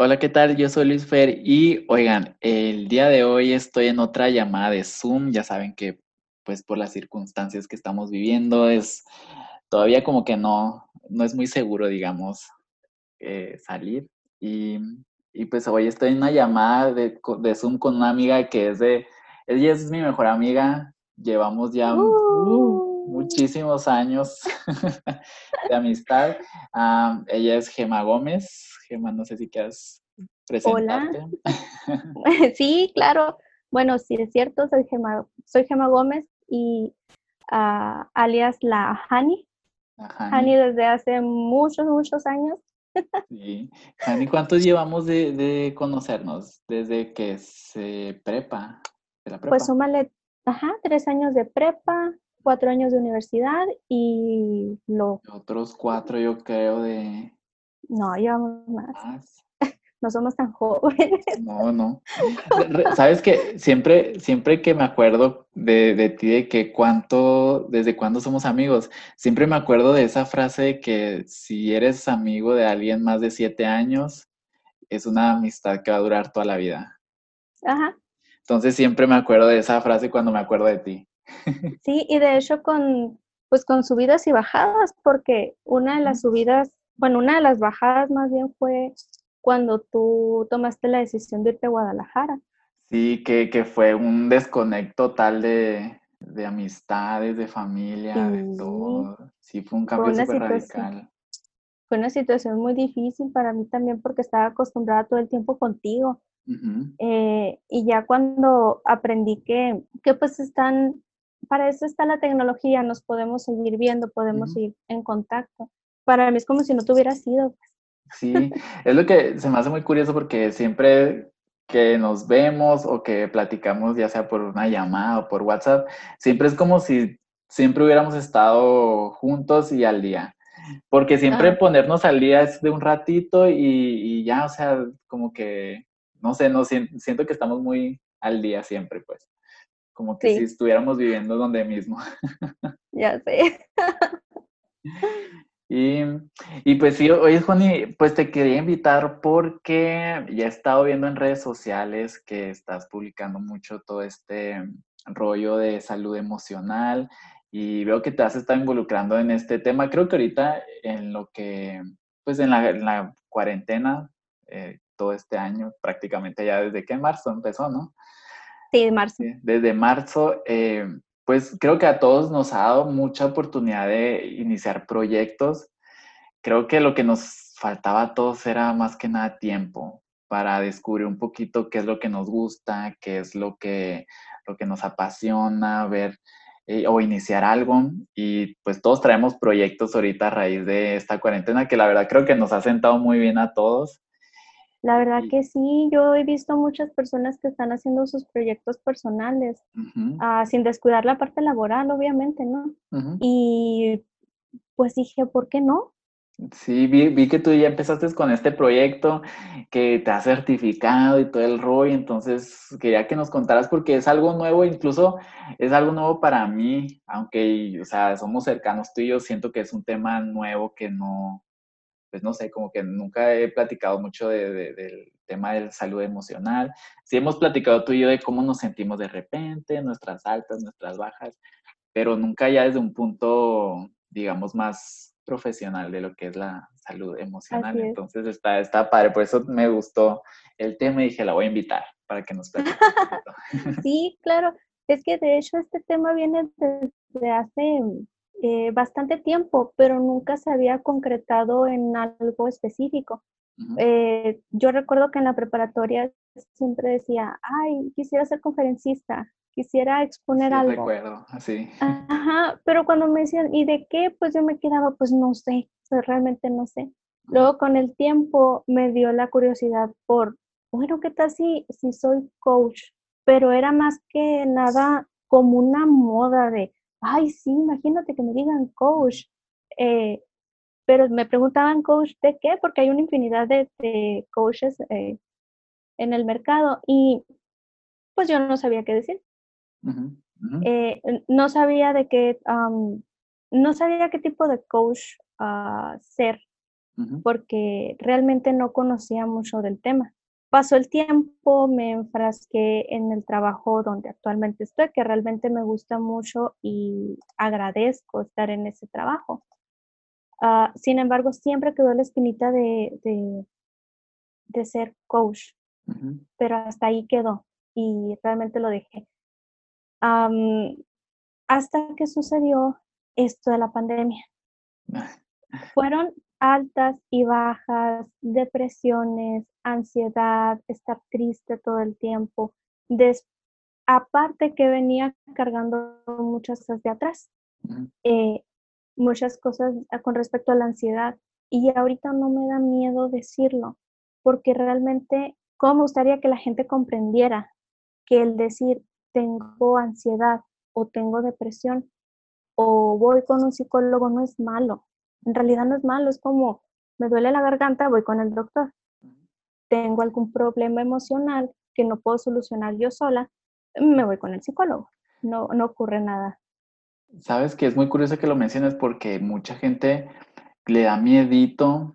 Hola, ¿qué tal? Yo soy Luis Fer y oigan, el día de hoy estoy en otra llamada de Zoom. Ya saben que pues por las circunstancias que estamos viviendo es todavía como que no es muy seguro, digamos, salir. Y, y pues hoy estoy en una llamada de Zoom con una amiga ella es mi mejor amiga. Llevamos ya Uh, muchísimos años de amistad. Ella es Gema Gómez. Gema, no sé si quieras Hola, presentarte. sí, claro. Bueno, sí es cierto, soy Gema Gómez y alias la Hani. Ajá, Hani desde hace muchos, muchos años. sí. Jani, ¿cuántos llevamos de conocernos? Desde que se prepa, de la Pues prepa. súmale, 3 años de prepa, 4 años de universidad y Otros cuatro, yo creo, de no, llevamos más. más. No somos tan jóvenes. No, no. Sabes que siempre que me acuerdo de ti, de que desde cuándo somos amigos, siempre me acuerdo de esa frase de que si eres amigo de alguien más de 7 años, es una amistad que va a durar toda la vida. Ajá, Entonces siempre me acuerdo de esa frase cuando me acuerdo de ti. sí, y de hecho pues con subidas y bajadas, porque una de las Ujú. subidas, bueno, una de las bajadas más bien fue cuando tú tomaste la decisión de irte a Guadalajara. Sí, que fue un desconecto total de amistades, de familia, de Sí, todo. Sí, fue un fue cambio una súper situación, radical. fue una situación muy difícil para mí también porque estaba acostumbrada todo el tiempo contigo. Ujú, Y ya cuando aprendí que pues para eso está la tecnología, nos podemos seguir viendo, podemos ujú. seguir en contacto. Para mí es como si no tuviera sido. Sí, es lo que se me hace muy curioso porque siempre que nos vemos o que platicamos, ya sea por una llamada o por WhatsApp, siempre es como si siempre hubiéramos estado juntos y al día. Porque siempre Ah, ponernos al día es de un ratito y ya, o sea, como que, no sé, no siento que estamos muy al día siempre, pues, como que si sí, estuviéramos viviendo donde mismo. ya sé. Y, y pues sí, oye, Juani, pues te quería invitar porque ya he estado viendo en redes sociales que estás publicando mucho todo este rollo de salud emocional y veo que te has estado involucrando en este tema. Creo que ahorita en lo que, pues en la cuarentena, todo este año, prácticamente ya desde que en marzo empezó, ¿no? Sí, de marzo. Sí, desde marzo, pues creo que a todos nos ha dado mucha oportunidad de iniciar proyectos. Creo que lo que nos faltaba a todos era más que nada tiempo para descubrir un poquito qué es lo que nos gusta, qué es lo que nos apasiona, ver o iniciar algo. Y pues todos traemos proyectos ahorita a raíz de esta cuarentena que la verdad creo que nos ha sentado muy bien a todos. La verdad Y, que sí, yo he visto muchas personas que están haciendo sus proyectos personales, ujú, sin descuidar la parte laboral, obviamente, ¿no? ujú. Y pues dije, ¿por qué no? Sí, vi que tú ya empezaste con este proyecto, que te has certificado y todo el rollo, entonces quería que nos contaras porque es algo nuevo, incluso es algo nuevo para mí, aunque, o sea, somos cercanos tú y yo, siento que es un tema nuevo que no, pues no sé, como que nunca he platicado mucho del tema de salud emocional. Sí hemos platicado tú y yo de cómo nos sentimos de repente, nuestras altas, nuestras bajas, pero nunca ya desde un punto, digamos, más profesional de lo que es la salud emocional. Así es. Entonces está padre, por eso me gustó el tema y dije, la voy a invitar para que nos platique un poquito. Sí, claro. Es que de hecho este tema viene desde hace bastante tiempo, pero nunca se había concretado en algo específico. Ujú. Yo recuerdo que en la preparatoria siempre decía, ay, quisiera ser conferencista, quisiera exponer Sí, algo. recuerdo, así. Ajá, pero cuando me decían, ¿y de qué? Pues yo me quedaba, pues no sé, o sea, realmente no sé. Ujú. Luego con el tiempo me dio la curiosidad bueno, ¿qué tal si soy coach? Pero era más que nada como una moda de, ay, sí, imagínate que me digan coach. Eh, pero me preguntaban coach de qué, porque hay una infinidad de coaches en el mercado y pues yo no sabía qué decir. Ujú, ujú, No sabía no sabía qué tipo de coach ser. Ujú, porque realmente no conocía mucho del tema. Pasó el tiempo, me enfrasqué en el trabajo donde actualmente estoy, que realmente me gusta mucho y agradezco estar en ese trabajo. Sin embargo, siempre quedó la espinita de ser coach, ujú. pero hasta ahí quedó y realmente lo dejé. Am, hasta que sucedió esto de la pandemia. Fueron altas y bajas, depresiones, ansiedad, estar triste todo el tiempo. Des aparte que venía cargando muchas cosas de atrás, Ujú. eh, muchas cosas con respecto a la ansiedad. Y ahorita no me da miedo decirlo, porque realmente, cómo me gustaría que la gente comprendiera que el decir tengo ansiedad o tengo depresión o voy con un psicólogo no es malo. En realidad no es malo, es como me duele la garganta, voy con el doctor. Tengo algún problema emocional que no puedo solucionar yo sola, me voy con el psicólogo. No, no ocurre nada. Sabes que es muy curioso que lo menciones porque mucha gente le da miedito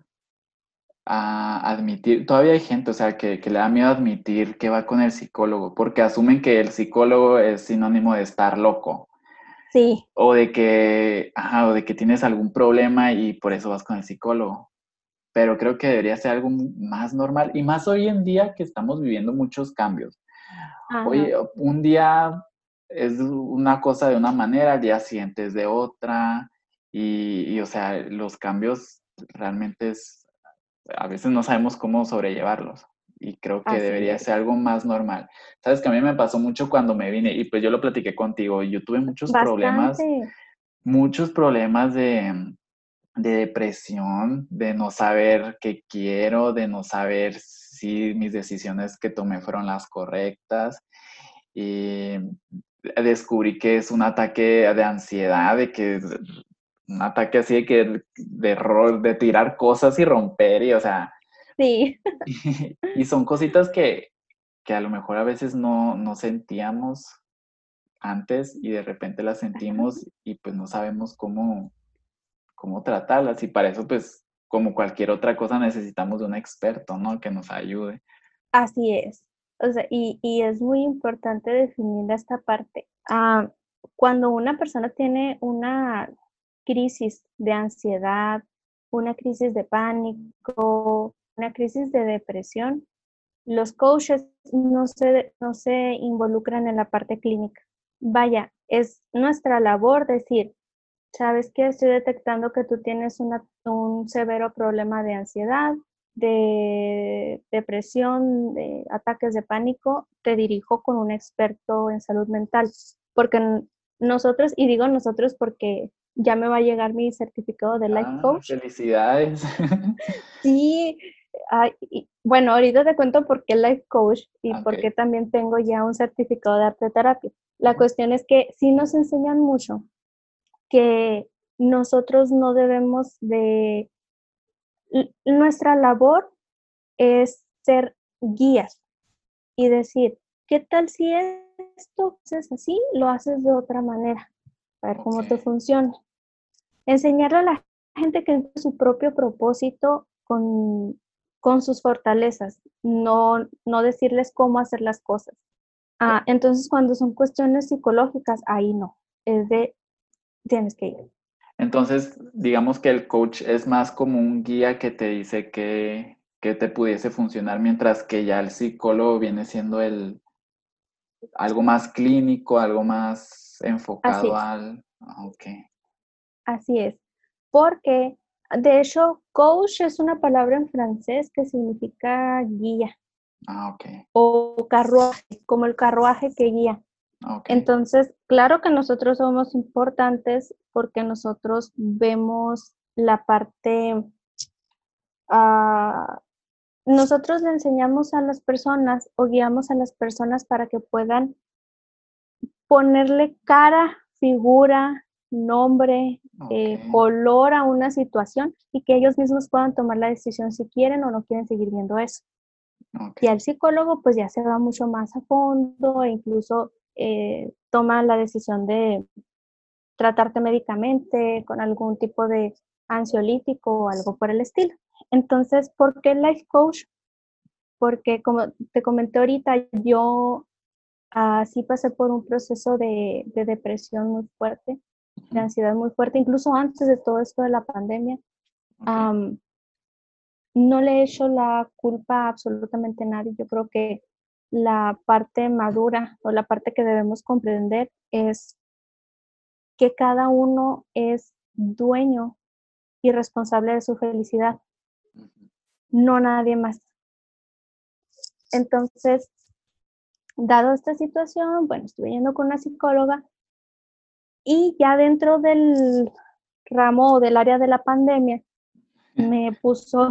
a admitir, todavía hay gente, o sea, que le da miedo admitir que va con el psicólogo, porque asumen que el psicólogo es sinónimo de estar loco, Sí, o de que, ajá, o de que tienes algún problema y por eso vas con el psicólogo. Pero creo que debería ser algo más normal, y más hoy en día que estamos viviendo muchos cambios. ajá, Oye, un día es una cosa de una manera, al día siguiente es de otra, o sea, los cambios realmente a veces no sabemos cómo sobrellevarlos y creo que así debería es. ser algo más normal. Sabes que a mí me pasó mucho cuando me vine y pues yo lo platiqué contigo, yo tuve Bastante, muchos problemas de depresión, de no saber qué quiero, de no saber si mis decisiones que tomé fueron las correctas. Y descubrí que es un ataque de ansiedad, de que un ataque así de que de tirar cosas y romper, y o sea, sí, y son cositas que a lo mejor a veces no sentíamos antes y de repente las sentimos y pues no sabemos cómo tratarlas. Y para eso, pues, como cualquier otra cosa, necesitamos de un experto, ¿no? Que nos ayude. así es. O sea, y es muy importante definir esta parte. Cuando una persona tiene una crisis de ansiedad, una crisis de pánico, una crisis de depresión, los coaches no se involucran en la parte clínica. Vaya, es nuestra labor decir, sabes que estoy detectando que tú tienes un severo problema de ansiedad, de depresión, de ataques de pánico, te dirijo con un experto en salud mental, porque nosotros, y digo nosotros porque ya me va a llegar mi certificado de Life Ah, Coach. felicidades. Sí, bueno, ahorita te cuento por qué Life Coach y por qué Ok. también tengo ya un certificado de arte terapia. La Ujú. cuestión es que sí nos enseñan mucho que nosotros no debemos de, nuestra labor es ser guías y decir, ¿qué tal si esto haces así, lo haces de otra manera? A ver Ok. cómo te funciona. Enseñarle a la gente que es su propio propósito con sus fortalezas, no decirles cómo hacer las cosas. Entonces, cuando son cuestiones psicológicas, ahí no, es de tienes que ir. Entonces, digamos que el coach es más como un guía que te dice que te pudiese funcionar, mientras que ya el psicólogo viene siendo algo más clínico, algo más Así enfocado es, al... Ok. así es. Porque, de hecho, coach es una palabra en francés que significa guía Ah, ok. o carruaje, como el carruaje que guía. Ok. Entonces, claro que nosotros somos importantes porque nosotros vemos la parte, ah, nosotros le enseñamos a las personas o guiamos a las personas para que puedan ponerle cara, figura, nombre, Ok. color a una situación y que ellos mismos puedan tomar la decisión si quieren o no quieren seguir viendo eso. Ok. Y al psicólogo pues ya se va mucho más a fondo e incluso toma la decisión de tratarte médicamente con algún tipo de ansiolítico o algo por el estilo. Entonces, ¿por qué life coach? Porque como te comenté ahorita, yo sí pasé por un proceso de depresión muy fuerte, de Ujú. ansiedad muy fuerte, incluso antes de todo esto de la pandemia. Ok. Am, no le echo la culpa a absolutamente nadie. Yo creo que la parte madura o la parte que debemos comprender es que cada uno es dueño y responsable de su felicidad, Ujú. no nadie más. Entonces, dado esta situación, bueno, estuve yendo con una psicóloga y ya dentro del ramo o del área de la pandemia me puso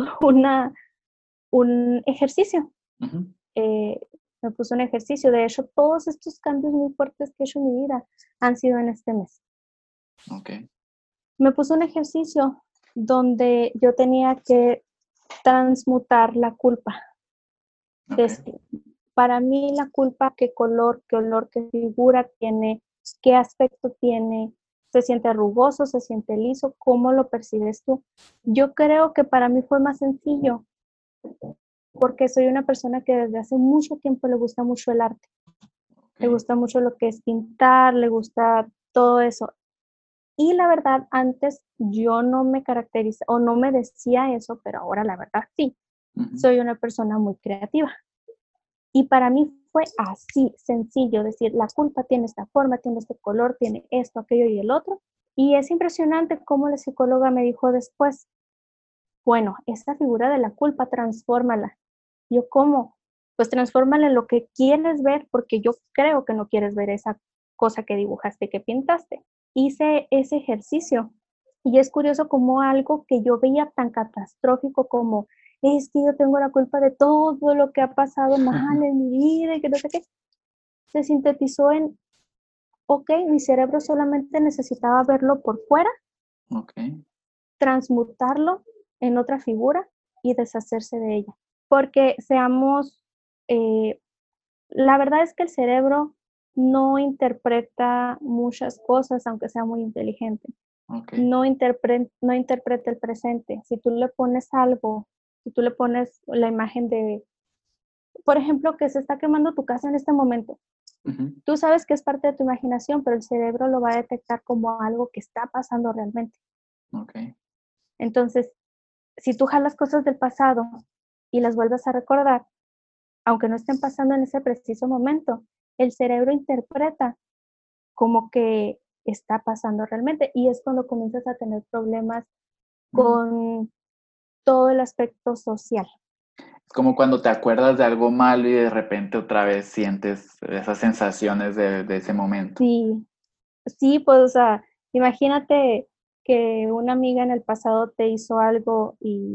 un ejercicio. Ujú. eh, Me puso un ejercicio. De hecho, todos estos cambios muy fuertes que he hecho en mi vida han sido en este mes. Ok. Me puso un ejercicio donde yo tenía que transmutar la culpa. Ok. Decir, para mí la culpa, qué color, qué olor, qué figura tiene, qué aspecto tiene, se siente rugoso, se siente liso, ¿cómo lo percibes tú? Yo creo que para mí fue más sencillo porque soy una persona que desde hace mucho tiempo le gusta mucho el arte, le Ok. gusta mucho lo que es pintar, le gusta todo eso. Y la verdad, antes yo no me caracteriza o no me decía eso, pero ahora la verdad sí, Ujú. soy una persona muy creativa. Y para mí fue así, sencillo, decir, la culpa tiene esta forma, tiene este color, tiene esto, aquello y el otro. Y es impresionante cómo la psicóloga me dijo después, bueno, esta figura de la culpa, transfórmala. Yo, ¿cómo? Pues transfórmala en lo que quieres ver, porque yo creo que no quieres ver esa cosa que dibujaste, que pintaste. Hice ese ejercicio y es curioso como algo que yo veía tan catastrófico como es que yo tengo la culpa de todo lo que ha pasado mal en mi vida y que no sé qué, se sintetizó en, ok, mi cerebro solamente necesitaba verlo por fuera, Ok. transmutarlo en otra figura y deshacerse de ella. Porque seamos, eh, la verdad es que el cerebro no interpreta muchas cosas, aunque sea muy inteligente. Ok. No interpreta el presente. Si tú le pones algo, si tú le pones la imagen de, por ejemplo, que se está quemando tu casa en este momento, Ujú. tú sabes que es parte de tu imaginación, pero el cerebro lo va a detectar como algo que está pasando realmente. Ok. Entonces, si tú jalas cosas del pasado y las vuelves a recordar, aunque no estén pasando en ese preciso momento, el cerebro interpreta como que está pasando realmente y es cuando comienzas a tener problemas Mm. con todo el aspecto social. Es como cuando te acuerdas de algo malo y de repente otra vez sientes esas sensaciones de ese momento. Sí, sí, pues, o sea, imagínate que una amiga en el pasado te hizo algo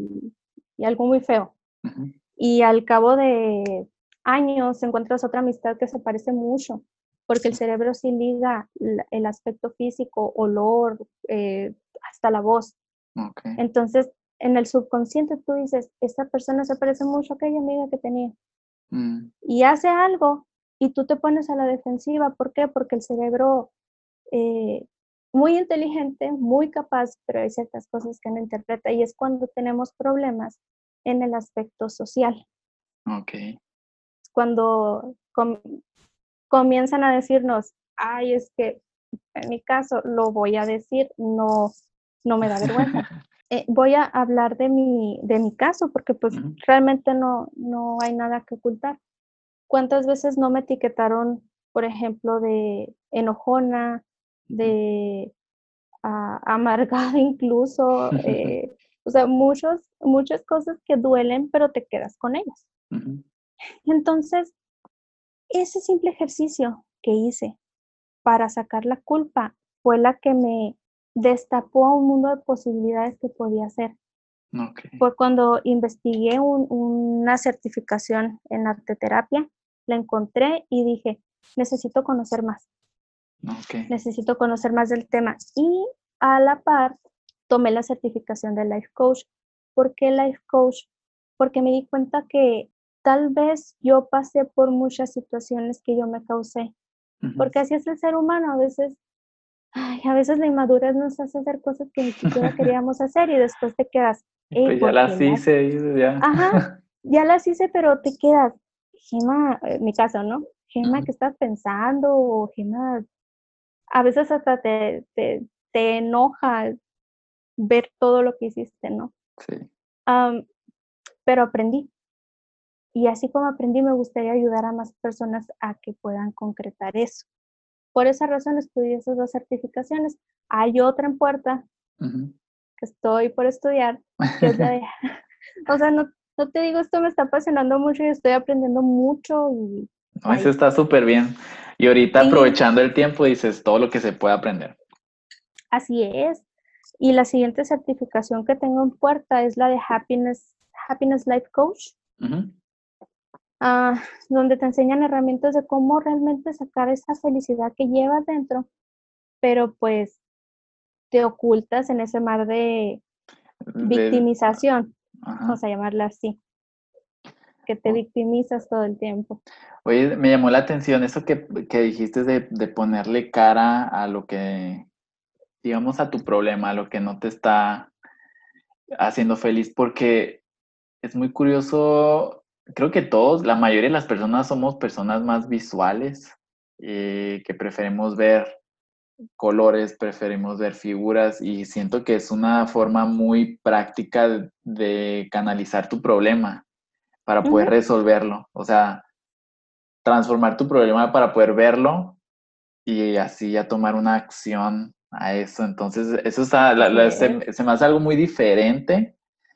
y algo muy feo, Ujú. y al cabo de años encuentras otra amistad que se parece mucho, porque el cerebro sí liga el aspecto físico, olor, hasta la voz. Ok. Entonces, en el subconsciente tú dices, esta persona se parece mucho a aquella amiga que tenía, Mm. y hace algo, y tú te pones a la defensiva. ¿Por qué? Porque el cerebro, eh, muy inteligente, muy capaz, pero hay ciertas cosas que no interpreta, y es cuando tenemos problemas en el aspecto social. Ok. Cuando comienzan a decirnos, ay, es que en mi caso lo voy a decir, no, no me da vergüenza. Voy a hablar de mi caso porque pues Ujú. realmente no hay nada que ocultar. ¿Cuántas veces no me etiquetaron, por ejemplo, de enojona, Ujú. de amargada incluso? O sea, muchas cosas que duelen, pero te quedas con ellas. Ujú. Entonces, ese simple ejercicio que hice para sacar la culpa fue la que me destapó a un mundo de posibilidades que podía hacer. Ok. Fue cuando investigué una certificación en arteterapia, la encontré y dije, Ok. necesito conocer más del tema. Y a la par tomé la certificación de Life Coach. ¿Por qué Life Coach? Porque me di cuenta que tal vez yo pasé por muchas situaciones que yo me causé, Ujú. porque así es el ser humano, a veces ay, a veces la inmadurez nos hace hacer cosas que ni siquiera queríamos hacer y después te quedas, Pues ya ¿por qué las las? hice, dices, ya. Ajá, ya las hice, pero te quedas, Gema, en mi caso, ¿no? Gema, Ujú. ¿qué estás pensando? O Gema, a veces hasta te enoja ver todo lo que hiciste, ¿no? Sí. Am, pero aprendí. Y así como aprendí, me gustaría ayudar a más personas a que puedan concretar eso. Por esa razón estudié esas 2 certificaciones. Hay otra en puerta Ujú. que estoy por estudiar, que es la de o sea, no te digo, esto me está apasionando mucho y estoy aprendiendo mucho y No, eso vaya. está súper bien. Y ahorita Sí, aprovechando el tiempo dices todo lo que se puede aprender. así es. Y la siguiente certificación que tengo en puerta es la de Happiness Life Coach, Ujú. donde te enseñan herramientas de cómo realmente sacar esa felicidad que llevas dentro, pero pues te ocultas en ese mar de De, victimización, ajá. vamos a llamarla así, que te victimizas todo el tiempo. Oye, me llamó la atención eso que dijiste de ponerle cara a lo que, digamos, a tu problema, a lo que no te está haciendo feliz, porque es muy curioso, creo que todos, la mayoría de las personas somos personas más visuales, que preferimos ver colores, preferimos ver figuras y siento que es una forma muy práctica de canalizar tu problema para poder Ujú, resolverlo. O sea, transformar tu problema para poder verlo y así ya tomar una acción a eso. Entonces, eso está, así es. se me hace algo muy diferente,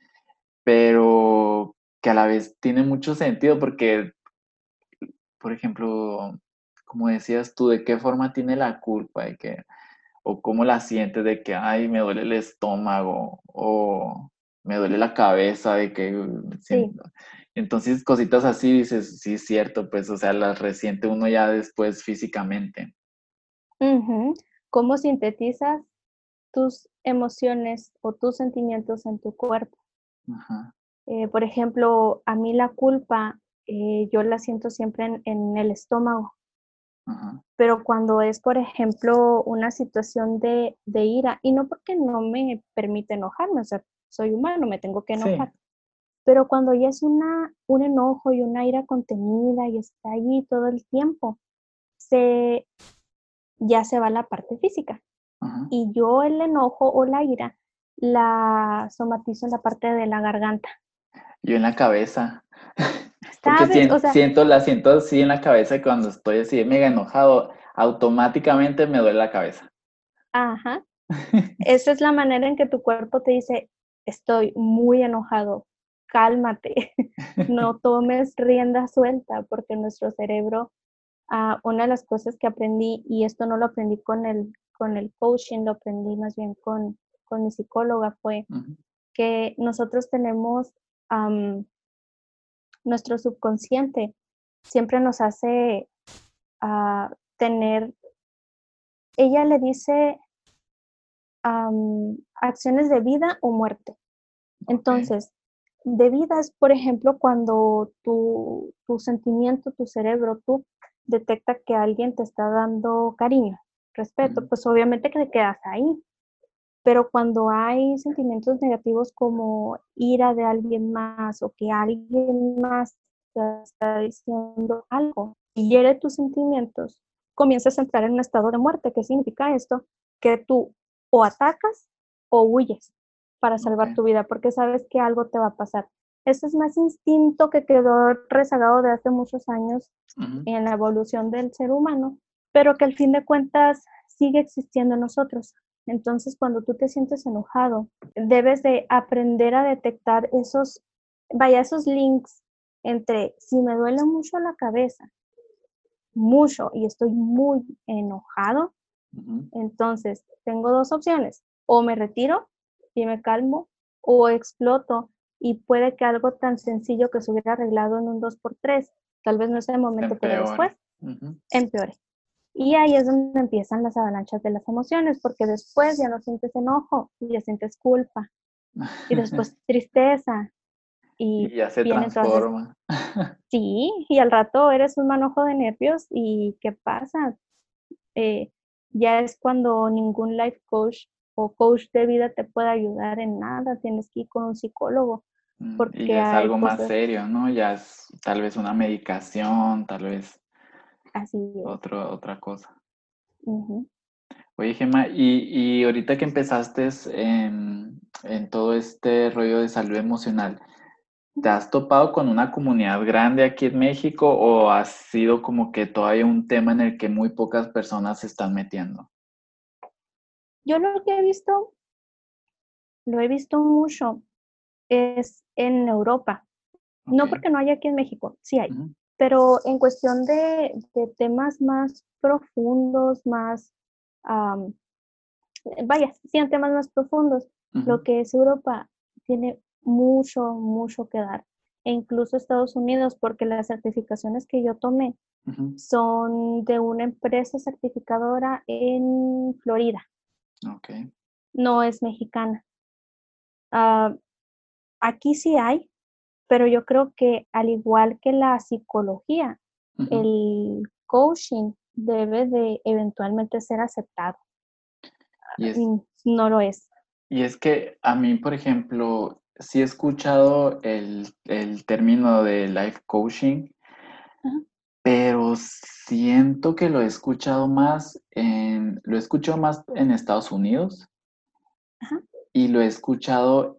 pero que a la vez tiene mucho sentido porque, por ejemplo, como decías tú, ¿de qué forma tiene la culpa? De que, o cómo la sientes de que, ay, me duele el estómago o me duele la cabeza, de que Sí. entonces cositas así dices, sí, es cierto, pues, o sea, las resiente uno ya después físicamente. Ujú. ¿Cómo sintetizas tus emociones o tus sentimientos en tu cuerpo? Ajá, Por ejemplo, a mí la culpa, yo la siento siempre en el estómago, ajá, pero cuando es, por ejemplo, una situación de ira, y no porque no me permite enojarme, o sea, soy humano, me tengo que sí, enojar, pero cuando ya es un enojo y una ira contenida y está allí todo el tiempo, se, ya se va la parte física. ajá. Y yo el enojo o la ira la somatizo en la parte de la garganta. Yo en la cabeza, porque ¿Sabes? O sea, la siento así en la cabeza y cuando estoy así mega enojado, automáticamente me duele la cabeza. ajá, esa es la manera en que tu cuerpo te dice: "Estoy muy enojado, cálmate, no tomes rienda suelta", porque nuestro cerebro, una de las cosas que aprendí, y esto no lo aprendí con el coaching, lo aprendí más bien con mi psicóloga, fue Ujú, que nosotros tenemos, nuestro subconsciente siempre nos hace, tener ella le dice, acciones de vida o muerte. ok, Entonces, de vida es, por ejemplo, cuando tu sentimiento, tu cerebro, tú detecta que alguien te está dando cariño, respeto, ujú, pues obviamente que te quedas ahí. Pero cuando hay sentimientos negativos como ira de alguien más o que alguien más te está diciendo algo y hiere tus sentimientos, comienzas a entrar en un estado de muerte. ¿Qué significa esto? Que tú o atacas o huyes para ok, salvar tu vida porque sabes que algo te va a pasar. Eso es más instinto que quedó rezagado de hace muchos años ujú, en la evolución del ser humano, pero que al fin de cuentas sigue existiendo en nosotros. Entonces, cuando tú te sientes enojado, debes de aprender a detectar esos, vaya, esos links entre si me duele mucho la cabeza, mucho, y estoy muy enojado, ujú. entonces tengo dos opciones, o me retiro y me calmo, o exploto y puede que algo tan sencillo que se hubiera arreglado en un 2x3, tal vez no es el Se momento, pero después empeora. Ujú. empeore. Y ahí es donde empiezan las avalanchas de las emociones, porque después ya no sientes enojo, ya sientes culpa, y después tristeza, y Y ya se vienen todas esas, transforma. sí, y al rato eres un manojo de nervios, ¿y qué pasa? ya es cuando ningún life coach o coach de vida te puede ayudar en nada, tienes que ir con un psicólogo Y porque ya es hay algo más cosas serio, ¿no? Ya es tal vez una medicación, tal vez así es. otra cosa. Ujú. Oye, Gemma, y ahorita que empezaste en todo este rollo de salud emocional, ¿te Ujú. has topado con una comunidad grande aquí en México o ha sido como que todavía un tema en el que muy pocas personas se están metiendo? Yo lo que he visto, lo he visto mucho, es en Europa. Ok. No porque no haya aquí en México, sí hay, Ujú, pero en cuestión de temas más profundos, más, am, vaya, sí, en temas más profundos, lo ujú, que es Europa tiene mucho, mucho que dar. E incluso Estados Unidos, porque las certificaciones que yo tomé ujú. son de una empresa certificadora en Florida, Ok. no es mexicana. Ah, aquí sí hay, pero yo creo que al igual que la psicología, Ujú. el coaching debe de eventualmente ser aceptado. Y es, No lo es. y es que a mí, por ejemplo, sí he escuchado el término de life coaching, Ajá, pero siento que lo he escuchado más en Estados Unidos ajá, y lo he escuchado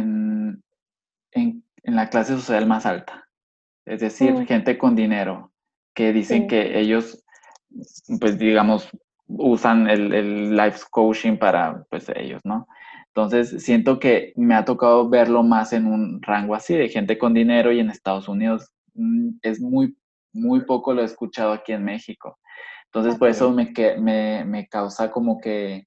en la clase social más alta. Es decir, mm, gente con dinero que dicen sí, que ellos, pues digamos, usan el life coaching para, pues ellos, ¿no? Entonces, siento que me ha tocado verlo más en un rango así de gente con dinero y en Estados Unidos es muy poco lo he escuchado aquí en México. Entonces, por así eso es. me causa como que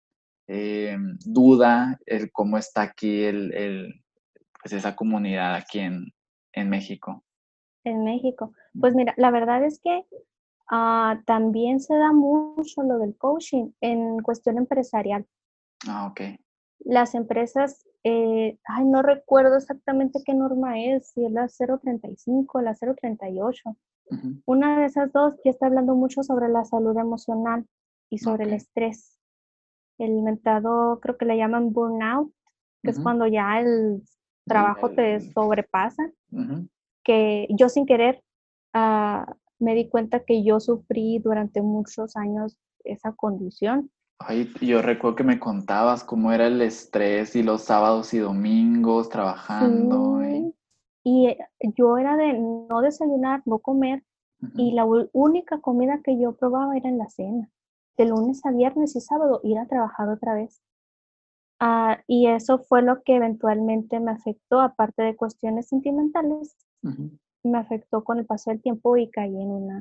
duda el cómo está aquí pues esa comunidad aquí en México. En México. Pues mira, la verdad es que también se da mucho lo del coaching en cuestión empresarial. Ah, ok. Las empresas, ay, no recuerdo exactamente qué norma es, si es la 035 o la 038. Ujú. Una de esas dos ya está hablando mucho sobre la salud emocional y sobre Ok. el estrés. El mentado, creo que le llaman burnout, que es Ujú. cuando ya el trabajo te El- sobrepasa, ujú. que yo sin querer me di cuenta que yo sufrí durante muchos años esa condición. Ay, yo recuerdo que me contabas cómo era el estrés y los sábados y domingos Sí, trabajando. y yo era de no desayunar, no comer, Ujú. y la única comida que yo probaba era en la cena. De lunes a viernes y sábado ir a trabajar otra vez. Y eso fue lo que eventualmente me afectó, aparte de cuestiones sentimentales, Ujú. me afectó con el paso del tiempo y caí en una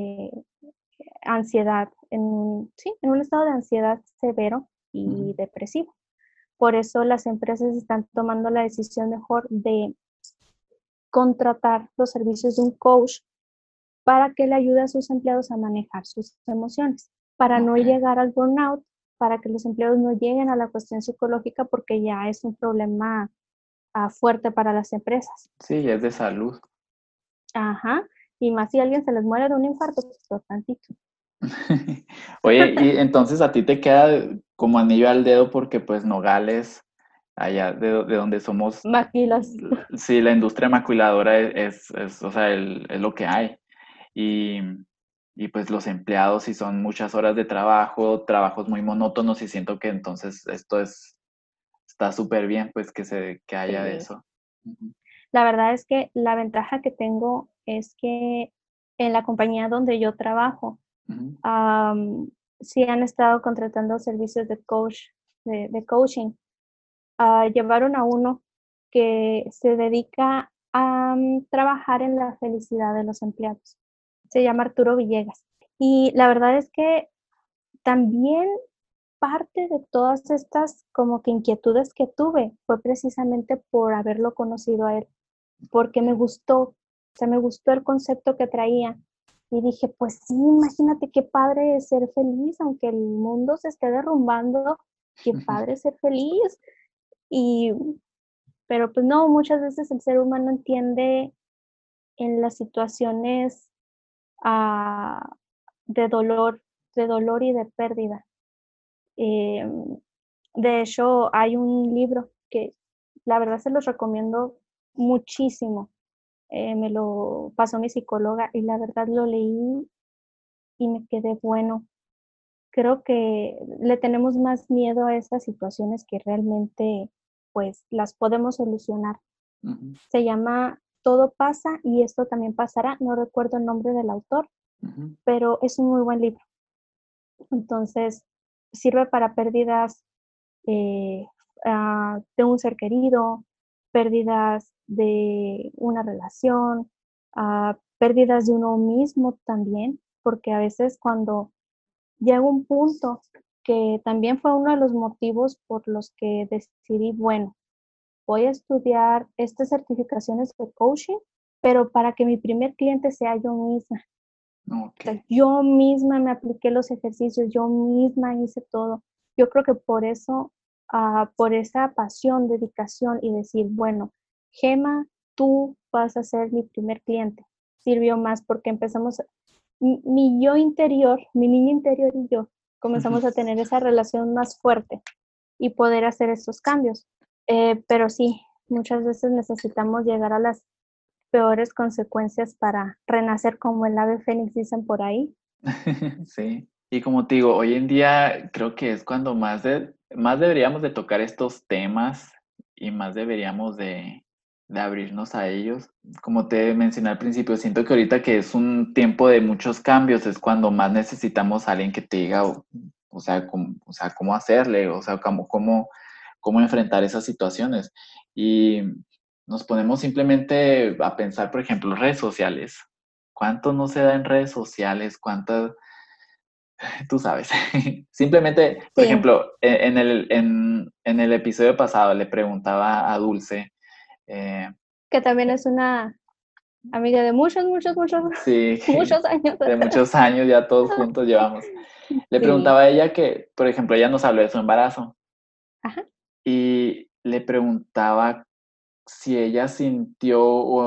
ansiedad, sí, en un estado de ansiedad severo y Ujú. depresivo. Por eso las empresas están tomando la decisión mejor de contratar los servicios de un coach para que le ayude a sus empleados a manejar sus emociones, para no Ok. llegar al burnout, para que los empleados no lleguen a la cuestión psicológica porque ya es un problema fuerte para las empresas. Sí, es de salud. Ajá. Y más si alguien se les muere de un infarto, pues tantito. Oye, y entonces a ti te queda como anillo al dedo porque pues Nogales, allá de donde somos, Maquilas. sí, la industria maquiladora o sea, es lo que hay. Y, y pues los empleados, si son muchas horas de trabajo, trabajos muy monótonos y siento que entonces está súper bien pues que haya de Sí. eso. Ujú, La verdad es que la ventaja que tengo es que en la compañía donde yo trabajo, ujú. sí han estado contratando servicios de coach, de coaching. Llevaron a uno que se dedica a trabajar en la felicidad de los empleados. Se llama Arturo Villegas. Y la verdad es que también parte de todas estas como que inquietudes que tuve fue precisamente por haberlo conocido a él, porque me Ok. gustó, o sea, me gustó el concepto que traía. Y dije, pues sí, imagínate qué padre es ser feliz, aunque el mundo se esté derrumbando, qué padre ser feliz. Y, pero pues no, muchas veces el ser humano entiende en las situaciones ah, de dolor de dolor y de pérdida. Eh, de hecho, hay un libro que la verdad se los recomiendo muchísimo. Me lo pasó mi psicóloga y la verdad lo leí y me quedé, bueno, creo que le tenemos más miedo a estas situaciones que realmente, pues, las podemos solucionar. Ujú, Se llama Todo pasa y esto también pasará. No recuerdo el nombre del autor, ujú, pero es un muy buen libro. Entonces, sirve para pérdidas eh, de un ser querido, pérdidas de una relación, pérdidas de uno mismo también, porque a veces cuando llega un punto que también fue uno de los motivos por los que decidí, bueno, voy a estudiar estas certificaciones de coaching, pero para que mi primer cliente sea yo misma. ok. O sea, yo misma me apliqué los ejercicios, yo misma hice todo. Yo creo que por eso, por esa pasión, dedicación y decir, bueno, Gema, tú vas a ser mi primer cliente, sirvió más porque empezamos, mi yo interior, mi niña interior y yo, comenzamos a tener esa relación más fuerte y poder hacer estos cambios. Pero sí, muchas veces necesitamos llegar a las peores consecuencias para renacer como el ave fénix, dicen por ahí. Sí. Y como te digo, hoy en día creo que es cuando más deberíamos de tocar estos temas y más deberíamos de abrirnos a ellos. Como te mencioné al principio, siento que ahorita que es un tiempo de muchos cambios, es cuando más necesitamos a alguien que te diga, o sea, cómo hacerle, o sea, cómo enfrentar esas situaciones. Y nos ponemos simplemente a pensar, por ejemplo, redes sociales. ¿Cuánto no se da en redes sociales? ¿Cuántas? Tú sabes. Simplemente, por Sí, ejemplo, en el episodio pasado le preguntaba a Dulce, eh, que también es una amiga de muchos, muchos, muchos, sí, muchos años. de muchos años ya todos juntos llevamos. Le Sí, preguntaba a ella que, por ejemplo, ella nos habló de su embarazo ajá, y le preguntaba si ella sintió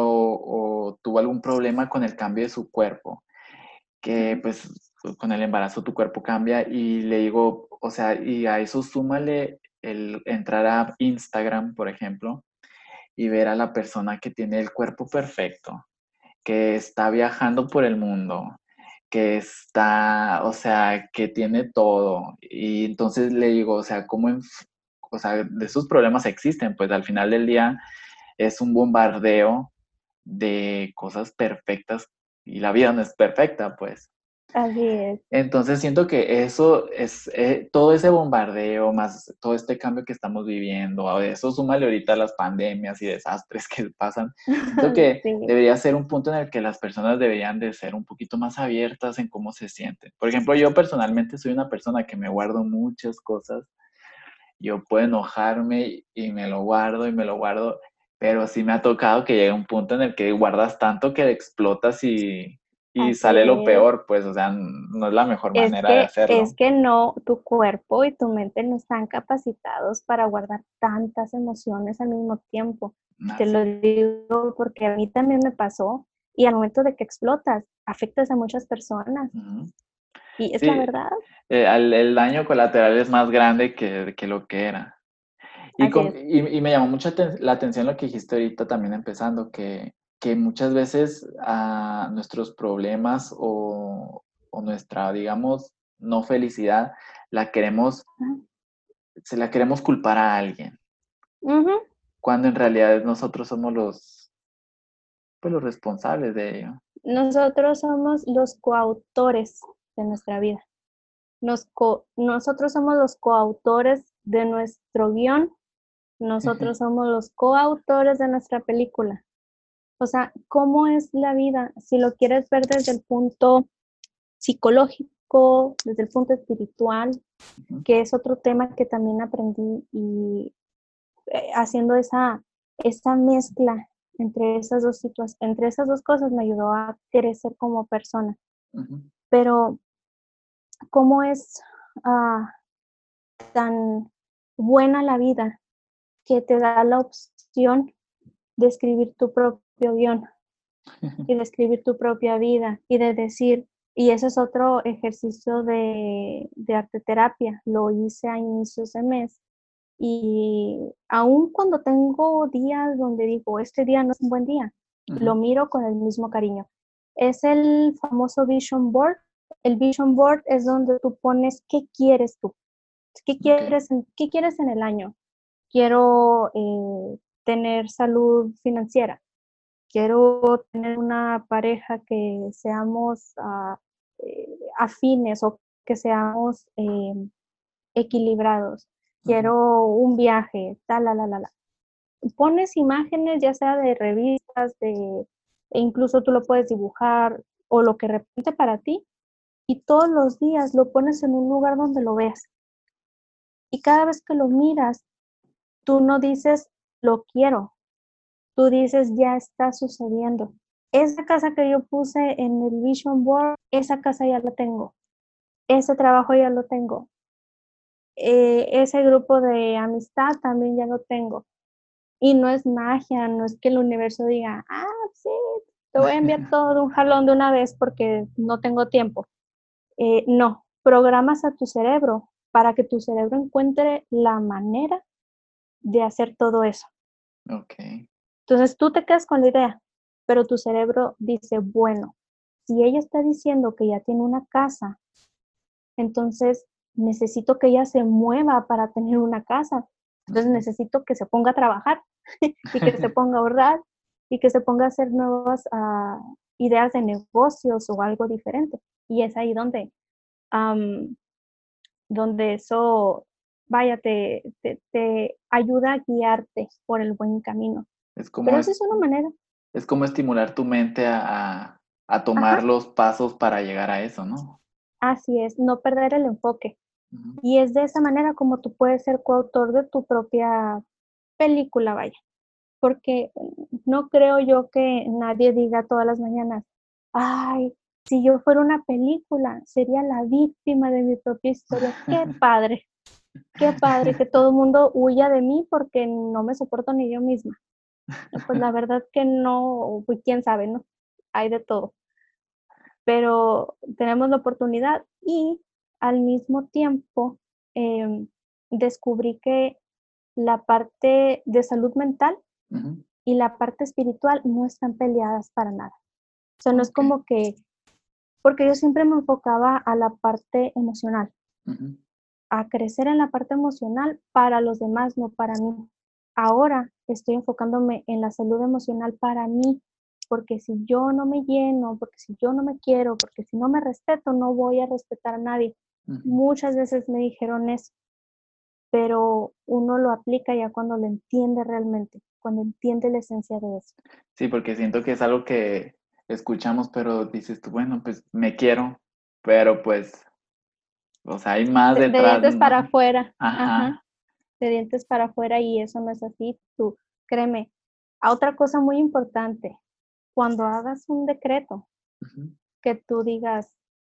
o tuvo algún problema con el cambio de su cuerpo, que ajá, pues con el embarazo tu cuerpo cambia y le digo, o sea, y a eso súmale el entrar a Instagram, por ejemplo, y ver a la persona que tiene el cuerpo perfecto, que está viajando por el mundo, que está, o sea, que tiene todo. Y entonces le digo, o sea, o sea, de esos problemas existen, pues al final del día es un bombardeo de cosas perfectas y la vida no es perfecta, pues. así es. Entonces siento que eso es todo ese bombardeo, más todo este cambio que estamos viviendo, a eso súmale ahorita las pandemias y desastres que pasan. Siento que Sí, debería ser un punto en el que las personas deberían de ser un poquito más abiertas en cómo se sienten. Por ejemplo, yo personalmente soy una persona que me guardo muchas cosas. Yo puedo enojarme y me lo guardo y me lo guardo, pero sí me ha tocado que llegue un punto en el que guardas tanto que explotas y así sale lo es. peor, pues, o sea, no es la mejor manera de Es hacerlo. que no, tu cuerpo y tu mente no están capacitados para guardar tantas emociones al mismo tiempo. Te Así lo es. digo porque a mí también me pasó y al momento de que explotas, afectas a muchas personas Ujú. y es la Sí, verdad, el daño colateral es más grande que lo que era. así es. Y me llamó mucho la atención lo que dijiste ahorita también empezando, que muchas veces nuestros problemas o nuestra, digamos, no felicidad, la queremos, se la queremos culpar a alguien, Ujú. cuando en realidad nosotros somos pues, los responsables de ello. Nosotros somos los coautores de nuestra vida. Nosotros somos los coautores de nuestro guión, nosotros somos los coautores de nuestra película. O sea, ¿cómo es la vida? Si lo quieres ver desde el punto psicológico, desde el punto espiritual, Ujú, que es otro tema que también aprendí y haciendo esa mezcla entre esas dos entre esas dos cosas me ayudó a crecer como persona. ujú, Pero, ¿cómo es ah, tan buena la vida que te da la opción de escribir tu propio guión y de escribir tu propia vida y de decir, Y ese es otro ejercicio de arteterapia. Lo hice a inicios de mes. Y aun cuando tengo días donde digo, este día no es un buen día, lo Ujú. miro con el mismo cariño. Es el famoso Vision Board. El Vision Board es donde tú pones qué quieres tú, Ok. qué quieres en el año. Quiero tener salud financiera, quiero tener una pareja que seamos afines o que seamos equilibrados. Ujú. Quiero un viaje, tal, la. Pones imágenes, ya sea de revistas, e incluso tú lo puedes dibujar o lo que represente para ti, y todos los días lo pones en un lugar donde lo veas. Y cada vez que lo miras, tú no dices, lo quiero, tú dices, ya está sucediendo. Esa casa que yo puse en el Vision Board, esa casa ya la tengo, ese trabajo ya lo tengo, ese grupo de amistad también ya lo tengo. Y no es magia, no es que el universo diga, sí, te voy a enviar todo de un jalón de una vez porque no tengo tiempo. No, programas a tu cerebro para que tu cerebro encuentre la manera de hacer todo eso. Ok. Entonces tú te quedas con la idea, pero tu cerebro dice, bueno, si ella está diciendo que ya tiene una casa, entonces necesito que ella se mueva para tener una casa. Entonces Ujú. necesito que se ponga a trabajar y que se ponga a ahorrar y que se ponga a hacer nuevas ideas de negocios o algo diferente. Y es ahí am, donde eso, vaya, te ayuda a guiarte por el buen camino. Es Pero como, esa es una manera. es como estimular tu mente a tomar Ajá, los pasos para llegar a eso, ¿no? así es, no perder el enfoque. Ujú. Y es de esa manera como tú puedes ser coautor de tu propia película, vaya. Porque no creo yo que nadie diga todas las mañanas, ay, si yo fuera una película, sería la víctima de mi propia historia. Qué padre que todo el mundo huya de mí porque no me soporto ni yo misma. Pues la verdad que no, pues quién sabe, ¿no? Hay de todo. Pero tenemos la oportunidad y al mismo tiempo em, descubrí que la parte de salud mental Ujú. y la parte espiritual no están peleadas para nada. O sea, no es Ok. como que, porque yo siempre me enfocaba a la parte emocional, Ujú. a crecer en la parte emocional para los demás, no para mí. Ahora estoy enfocándome en la salud emocional para mí, porque si yo no me lleno, porque si yo no me quiero, porque si no me respeto, no voy a respetar a nadie. Ujú. Muchas veces me dijeron eso, pero uno lo aplica ya cuando lo entiende realmente, cuando entiende la esencia de eso. Sí, porque siento que es algo que escuchamos, pero dices tú, bueno, pues me quiero, pero pues, o sea, hay más De detrás, dientes para ¿no? afuera, ajá, Ajá. de dientes para afuera y eso no es así, tú créeme. A otra cosa muy importante, cuando hagas un decreto, Ujú. que tú digas,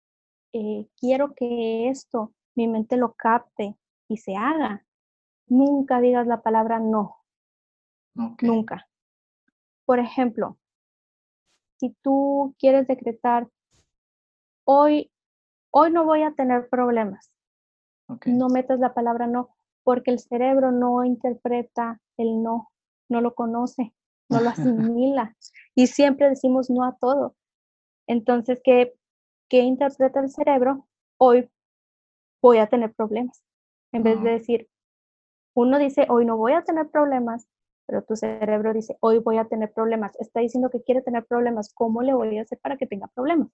quiero que esto, mi mente lo capte y se haga, nunca digas la palabra no, Ok. nunca. Por ejemplo, si tú quieres decretar, hoy, hoy no voy a tener problemas, Ok. no metas la palabra no, porque el cerebro no interpreta el no, no lo conoce, no lo asimila y siempre decimos no a todo. Entonces, ¿qué interpreta el cerebro? Hoy voy a tener problemas. En vez de Oh. decir, uno dice, hoy no voy a tener problemas, pero tu cerebro dice, hoy voy a tener problemas. Está diciendo que quiere tener problemas. ¿Cómo le voy a hacer para que tenga problemas?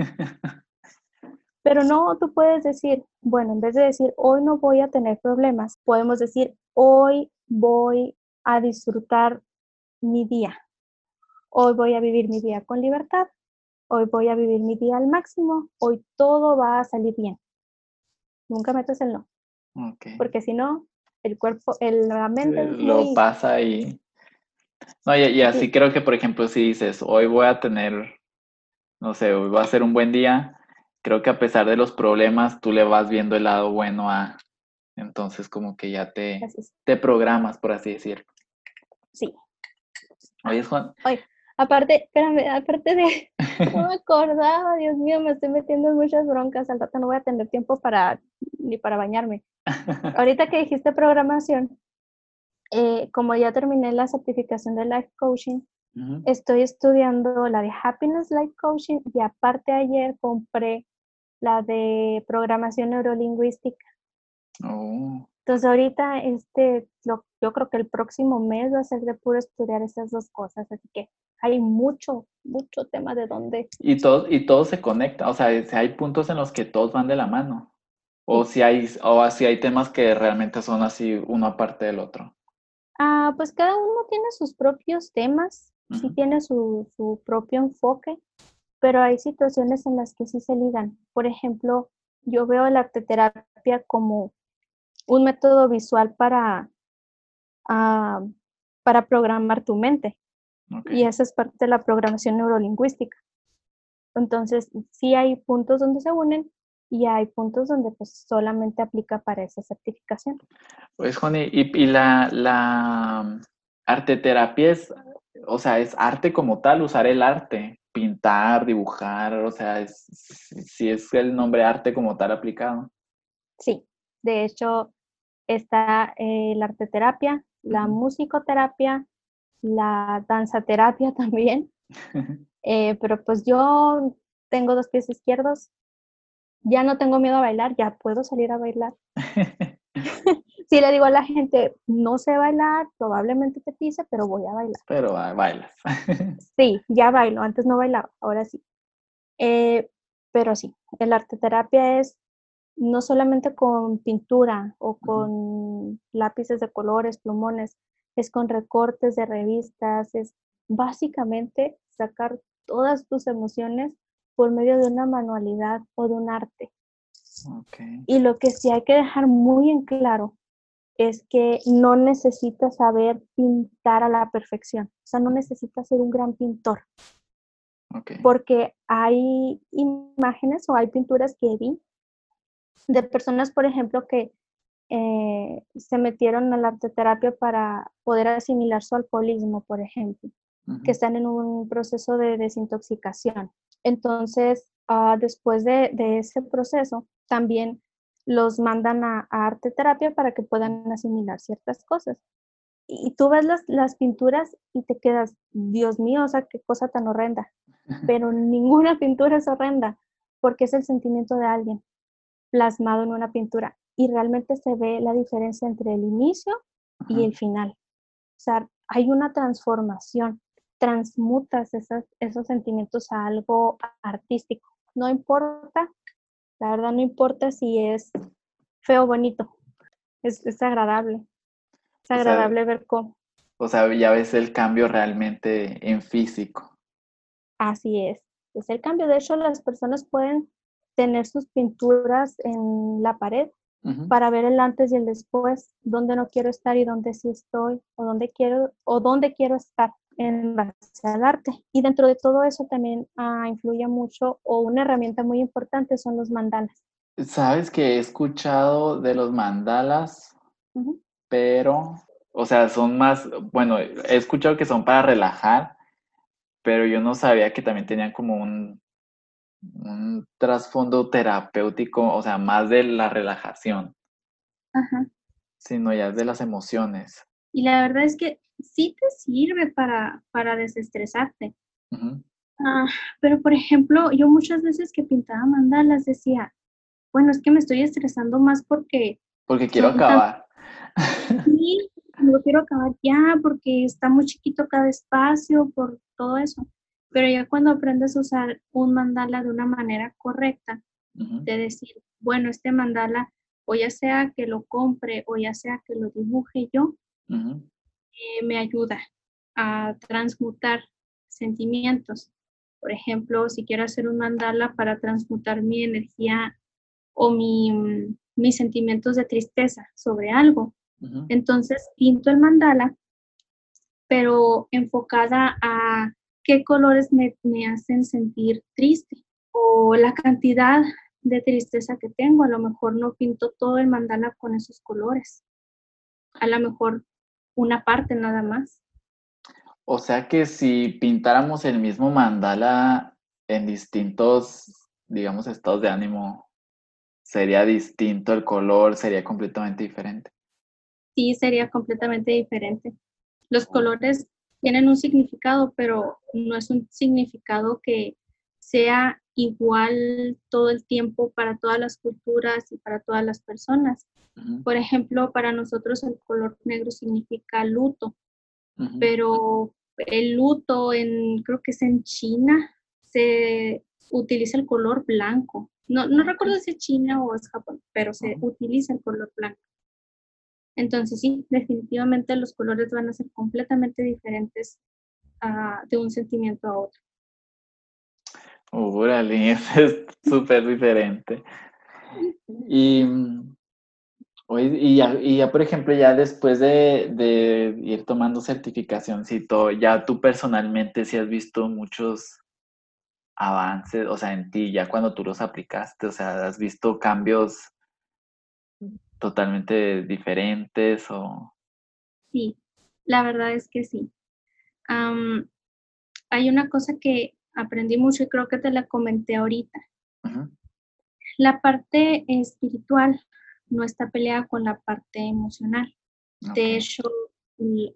Pero no, tú puedes decir, bueno, en vez de decir, hoy no voy a tener problemas, podemos decir, hoy voy a disfrutar mi día. Hoy voy a vivir mi día con libertad. Hoy voy a vivir mi día al máximo. Hoy todo va a salir bien. Nunca metas el no, Ok. porque si no, el cuerpo, la mente es Lo muy, pasa y... No, y así sí, creo que, por ejemplo, si dices, hoy voy a tener, no sé, hoy va a ser un buen día, creo que a pesar de los problemas, tú le vas viendo el lado bueno a... Entonces como que ya así es, te programas, por así decirlo. sí. Oye, Juan, Oye, Aparte, espérame, aparte de, no me acordaba, Dios mío, me estoy metiendo en muchas broncas, al rato no voy a tener tiempo ni para bañarme. Ahorita que dijiste programación, como ya terminé la certificación de Life Coaching, Ujú. estoy estudiando la de Happiness Life Coaching y aparte ayer compré la de programación neurolingüística. Oh. Entonces ahorita yo creo que el próximo mes va a ser de puro estudiar esas dos cosas, así que hay mucho, mucho tema de dónde. Y todo se conecta, o sea, si hay puntos en los que todos van de la mano, Sí. o si hay temas que realmente son así uno aparte del otro. Pues cada uno tiene sus propios temas, sí Ujú. tiene su propio enfoque, pero hay situaciones en las que sí se ligan. Por ejemplo, yo veo la arteterapia como un método visual ah, para programar tu mente, Ok. y esa es parte de la programación neurolingüística. Entonces, sí hay puntos donde se unen y hay puntos donde pues solamente aplica para esa certificación. Pues, Joni, y la arteterapia es, o sea, es arte como tal, usar el arte, pintar, dibujar, o sea, si es el nombre arte como tal aplicado. Sí, de hecho está la arteterapia, la Ujú. musicoterapia, la danzaterapia también, pero pues yo tengo dos pies izquierdos, ya no tengo miedo a bailar, ya puedo salir a bailar. Si le digo a la gente, no sé bailar, probablemente te pise, pero voy a bailar. Pero bailas. Sí, ya bailo, antes no bailaba, ahora sí. Eh, pero sí, el arteterapia es no solamente con pintura o Ujú. con lápices de colores, plumones, es con recortes de revistas, es básicamente sacar todas tus emociones por medio de una manualidad o de un arte. Ok. Y lo que sí hay que dejar muy en claro es que no necesitas saber pintar a la perfección, o sea, no necesitas ser un gran pintor, Ok. porque hay imágenes o hay pinturas que vi de personas, por ejemplo, que se metieron a la arteterapia para poder asimilar su alcoholismo, por ejemplo, que Ujú. están en un proceso de desintoxicación. Entonces, después de ese proceso, también los mandan a arteterapia para que puedan asimilar ciertas cosas. Y tú ves las pinturas y te quedas, Dios mío, o sea, qué cosa tan horrenda. Pero ninguna pintura es horrenda, porque es el sentimiento de alguien plasmado en una pintura y realmente se ve la diferencia entre el inicio y Ajá. el final. O sea, hay una transformación, transmutas esos sentimientos a algo artístico. No importa, la verdad no importa si es feo o bonito, es agradable. Es O sea, agradable ver cómo. o sea, ya ves el cambio realmente en físico. Así es el cambio. De hecho, las personas pueden tener sus pinturas en la pared Ujú. para ver el antes y el después, dónde no quiero estar y dónde sí estoy, o dónde quiero estar en base al arte. Y dentro de todo eso también influye mucho, o una herramienta muy importante son los mandalas. Sabes que he escuchado de los mandalas, Ujú. pero, o sea, son más, bueno, he escuchado que son para relajar, pero yo no sabía que también tenían como un trasfondo terapéutico, o sea, más de la relajación, Ajá. sino ya de las emociones. Y la verdad es que sí te sirve para desestresarte. Ujú. Ah, pero por ejemplo, yo muchas veces que pintaba mandalas decía, bueno, es que me estoy estresando más porque Porque quiero son tan acabar. sí, me lo quiero acabar ya porque está muy chiquito cada espacio, por todo eso. Pero ya cuando aprendes a usar un mandala de una manera correcta, Ujú. de decir, bueno, este mandala, o ya sea que lo compre o ya sea que lo dibuje yo, Ujú. me ayuda a transmutar sentimientos. Por ejemplo, si quiero hacer un mandala para transmutar mi energía o mis sentimientos de tristeza sobre algo, Ujú. entonces pinto el mandala, pero enfocada a qué colores me hacen sentir triste o la cantidad de tristeza que tengo. A lo mejor no pinto todo el mandala con esos colores, a lo mejor una parte nada más. O sea que si pintáramos el mismo mandala en distintos, digamos, estados de ánimo, sería distinto el color, sería completamente diferente. Sí, sería completamente diferente. Los Oh, colores tienen un significado, pero no es un significado que sea igual todo el tiempo para todas las culturas y para todas las personas. ujú, Por ejemplo, para nosotros el color negro significa luto, ujú, pero el luto creo que es en China, se utiliza el color blanco. No ok, recuerdo si es China o es Japón, pero se ujú. utiliza el color blanco. Entonces sí, definitivamente los colores van a ser completamente diferentes de un sentimiento a otro. Órale, es súper diferente. Y, oye, y ya, por ejemplo, ya después de ir tomando certificación, y todo, ya tú personalmente sí has visto muchos avances, o sea, en ti, ya cuando tú los aplicaste, o sea, has visto cambios totalmente diferentes o... Sí, la verdad es que sí. Am, Hay una cosa que aprendí mucho y creo que te la comenté ahorita. Ujú, La parte espiritual no está peleada con la parte emocional. ok, De hecho, y,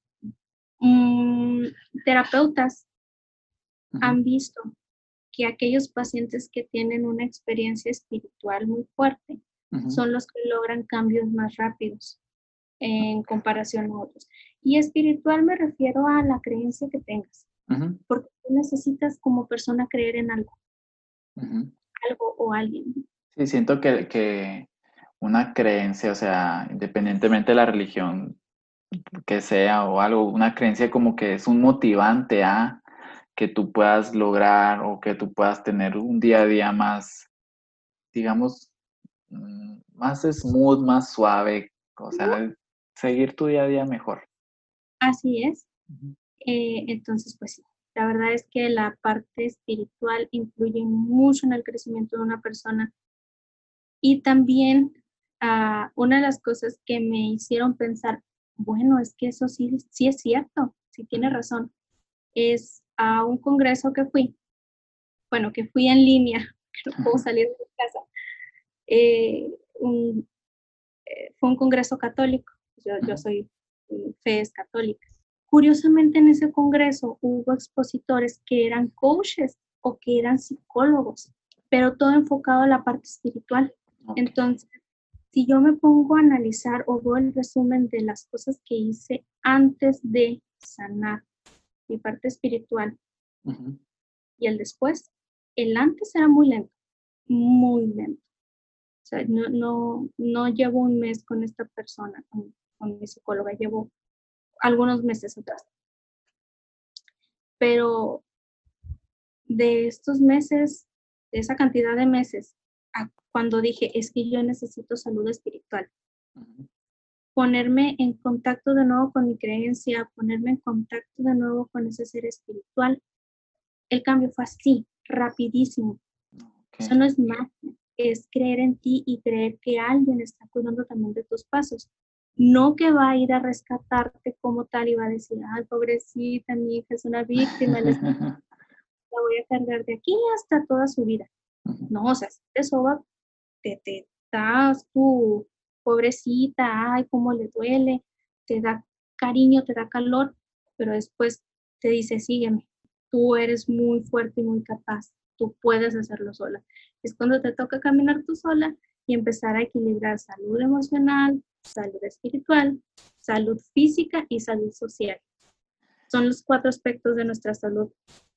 mm, terapeutas ujú, han visto que aquellos pacientes que tienen una experiencia espiritual muy fuerte ujú, son los que logran cambios más rápidos en comparación a otros. Y espiritual me refiero a la creencia que tengas, ujú, porque tú necesitas como persona creer en ujú. algo o alguien. Sí, siento que una creencia, o sea, independientemente de la religión que sea o algo, una creencia como que es un motivante a que tú puedas lograr o que tú puedas tener un día a día más, digamos, más smooth, más suave, o sea, seguir tu día a día mejor. Así es. Ujú, Entonces, pues sí, la verdad es que la parte espiritual influye mucho en el crecimiento de una persona. Y también una de las cosas que me hicieron pensar, bueno, es que eso sí, sí es cierto, sí tiene ujú, razón, es a un congreso que fui, bueno, que fui en línea, que no puedo salir de mi casa. eh, un- Fue un congreso católico, yo ujú. soy fe es católica. Curiosamente en ese congreso hubo expositores que eran coaches o que eran psicólogos, pero todo enfocado a la parte espiritual. Ok. Entonces, si yo me pongo a analizar o veo el resumen de las cosas que hice antes de sanar mi parte espiritual Ujú. y el después, el antes era muy lento, muy lento. O sea, no llevo un mes con esta persona, con mi psicóloga, llevo algunos meses atrás. Pero de estos meses, de esa cantidad de meses, a cuando dije, es que yo necesito salud espiritual, Ujú. ponerme en contacto de nuevo con mi creencia, ponerme en contacto de nuevo con ese ser espiritual, el cambio fue así, rapidísimo. Ok. Eso no es magia, es creer en ti y creer que alguien está cuidando también de tus pasos. No que va a ir a rescatarte como tal y va a decir, ay, pobrecita, mi hija es una víctima, la voy a cargar de aquí hasta toda su vida. Ujú. No, o sea, si te soba, te das tu pobrecita, ay, cómo le duele, te da cariño, te da calor, pero después te dice, sígueme, tú eres muy fuerte y muy capaz, tú puedes hacerlo sola. Es cuando te toca caminar tú sola y empezar a equilibrar salud emocional, salud espiritual, salud física y salud social. Son los cuatro aspectos de nuestra salud.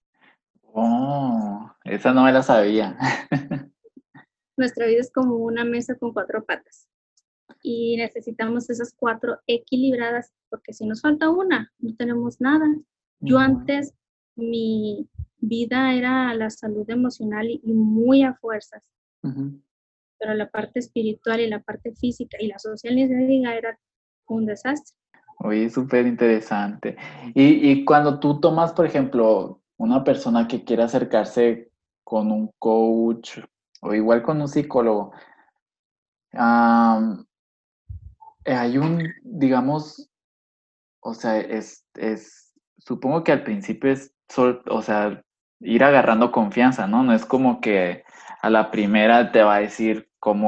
Oh, esa no me la sabía. Nuestra vida es como una mesa con cuatro patas y necesitamos esas cuatro equilibradas porque si nos falta una, no tenemos nada. Yo Ujú, antes, mi vida era la salud emocional y muy a fuerzas, ujú. pero la parte espiritual y la parte física y la social ni se diga era un desastre. Oye, súper interesante. Y cuando tú tomas, por ejemplo, una persona que quiere acercarse con un coach o igual con un psicólogo, am, hay un, digamos, o sea, supongo que al principio es, o sea, ir agarrando confianza, ¿no? No es como que a la primera te va a decir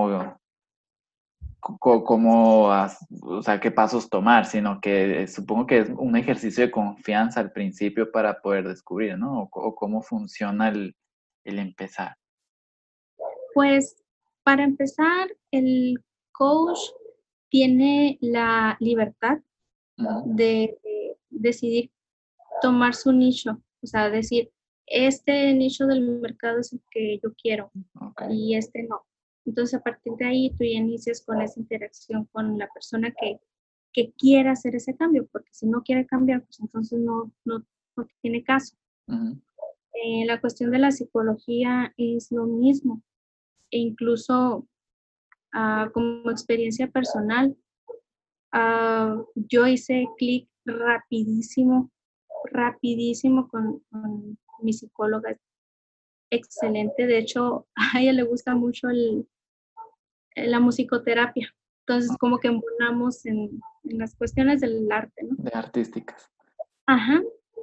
o sea, qué pasos tomar, sino que supongo que es un ejercicio de confianza al principio para poder descubrir, ¿no? O cómo funciona el empezar. Pues para empezar, el coach tiene la libertad Ujú. de decidir tomar su nicho, o sea, decir, este nicho del mercado es el que yo quiero Ok. y este no. Entonces, a partir de ahí, tú ya inicias con esa interacción con la persona que quiera hacer ese cambio, porque si no quiere cambiar, pues entonces no tiene caso. Ujú. La cuestión de la psicología es lo mismo, e incluso como experiencia personal, yo hice clic rapidísimo con mi psicóloga, excelente. De hecho, a ella le gusta mucho la musicoterapia. Entonces, como que embonamos en las cuestiones del arte, ¿no? De artísticas. Ajá.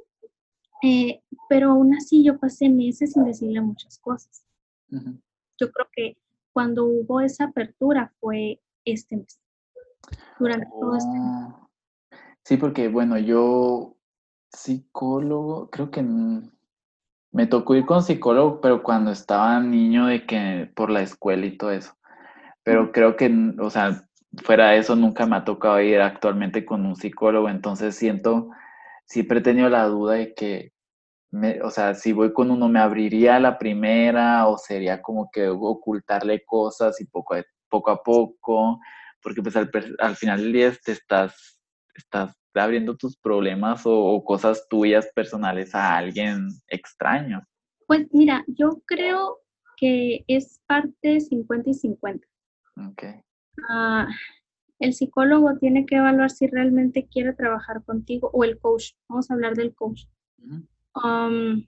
Pero aún así yo pasé meses sin decirle muchas cosas. Ujú. Yo creo que cuando hubo esa apertura fue este mes, durante todo este mes. Oh. Sí, porque bueno, yo psicólogo, creo que me tocó ir con psicólogo, pero cuando estaba niño de que por la escuela y todo eso. Pero creo que, o sea, fuera de eso nunca me ha tocado ir actualmente con un psicólogo, entonces siempre he tenido la duda de que, o sea, si voy con uno, ¿me abriría a la primera o sería como que ocultarle cosas y poco a poco? Porque pues al final del día estás abriendo tus problemas o cosas tuyas personales a alguien extraño. Pues mira, yo creo que es parte 50 y 50. Ok. Ah, el psicólogo tiene que evaluar si realmente quiere trabajar contigo o el coach. Vamos a hablar del coach. Ujú, Am,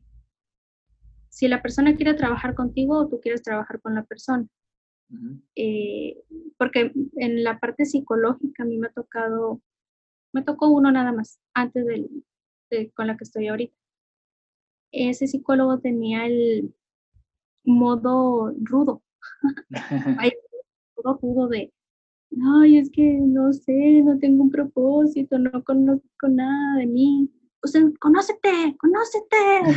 si la persona quiere trabajar contigo o tú quieres trabajar con la persona. ujú, Eh, porque en la parte psicológica a mí me tocó uno nada más, antes con la que estoy ahorita. Ese psicólogo tenía el modo rudo, ay, rudo de, ay, es que no sé, no tengo un propósito, no conozco nada de mí. O sea, conócete.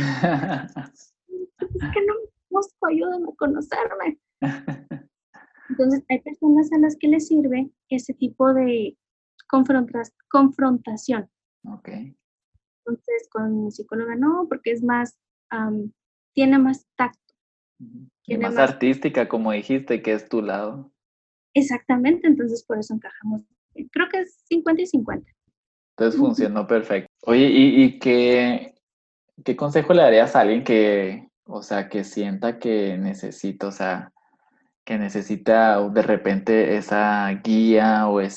Es que no me conozco, ayúdame a conocerme. Entonces, hay personas a las que les sirve ese tipo de confrontación. Ok. Entonces, con psicóloga no, porque es más, tiene más tacto, Ujú. Y tiene más más, artística, como dijiste, que es tu lado. exactamente, entonces por eso encajamos. Creo que es 50 y 50. Entonces Ujú. funcionó perfecto. Oye, ¿y qué consejo le darías a alguien que, o sea, que sienta que necesita, o sea, que necesita de repente esa guía o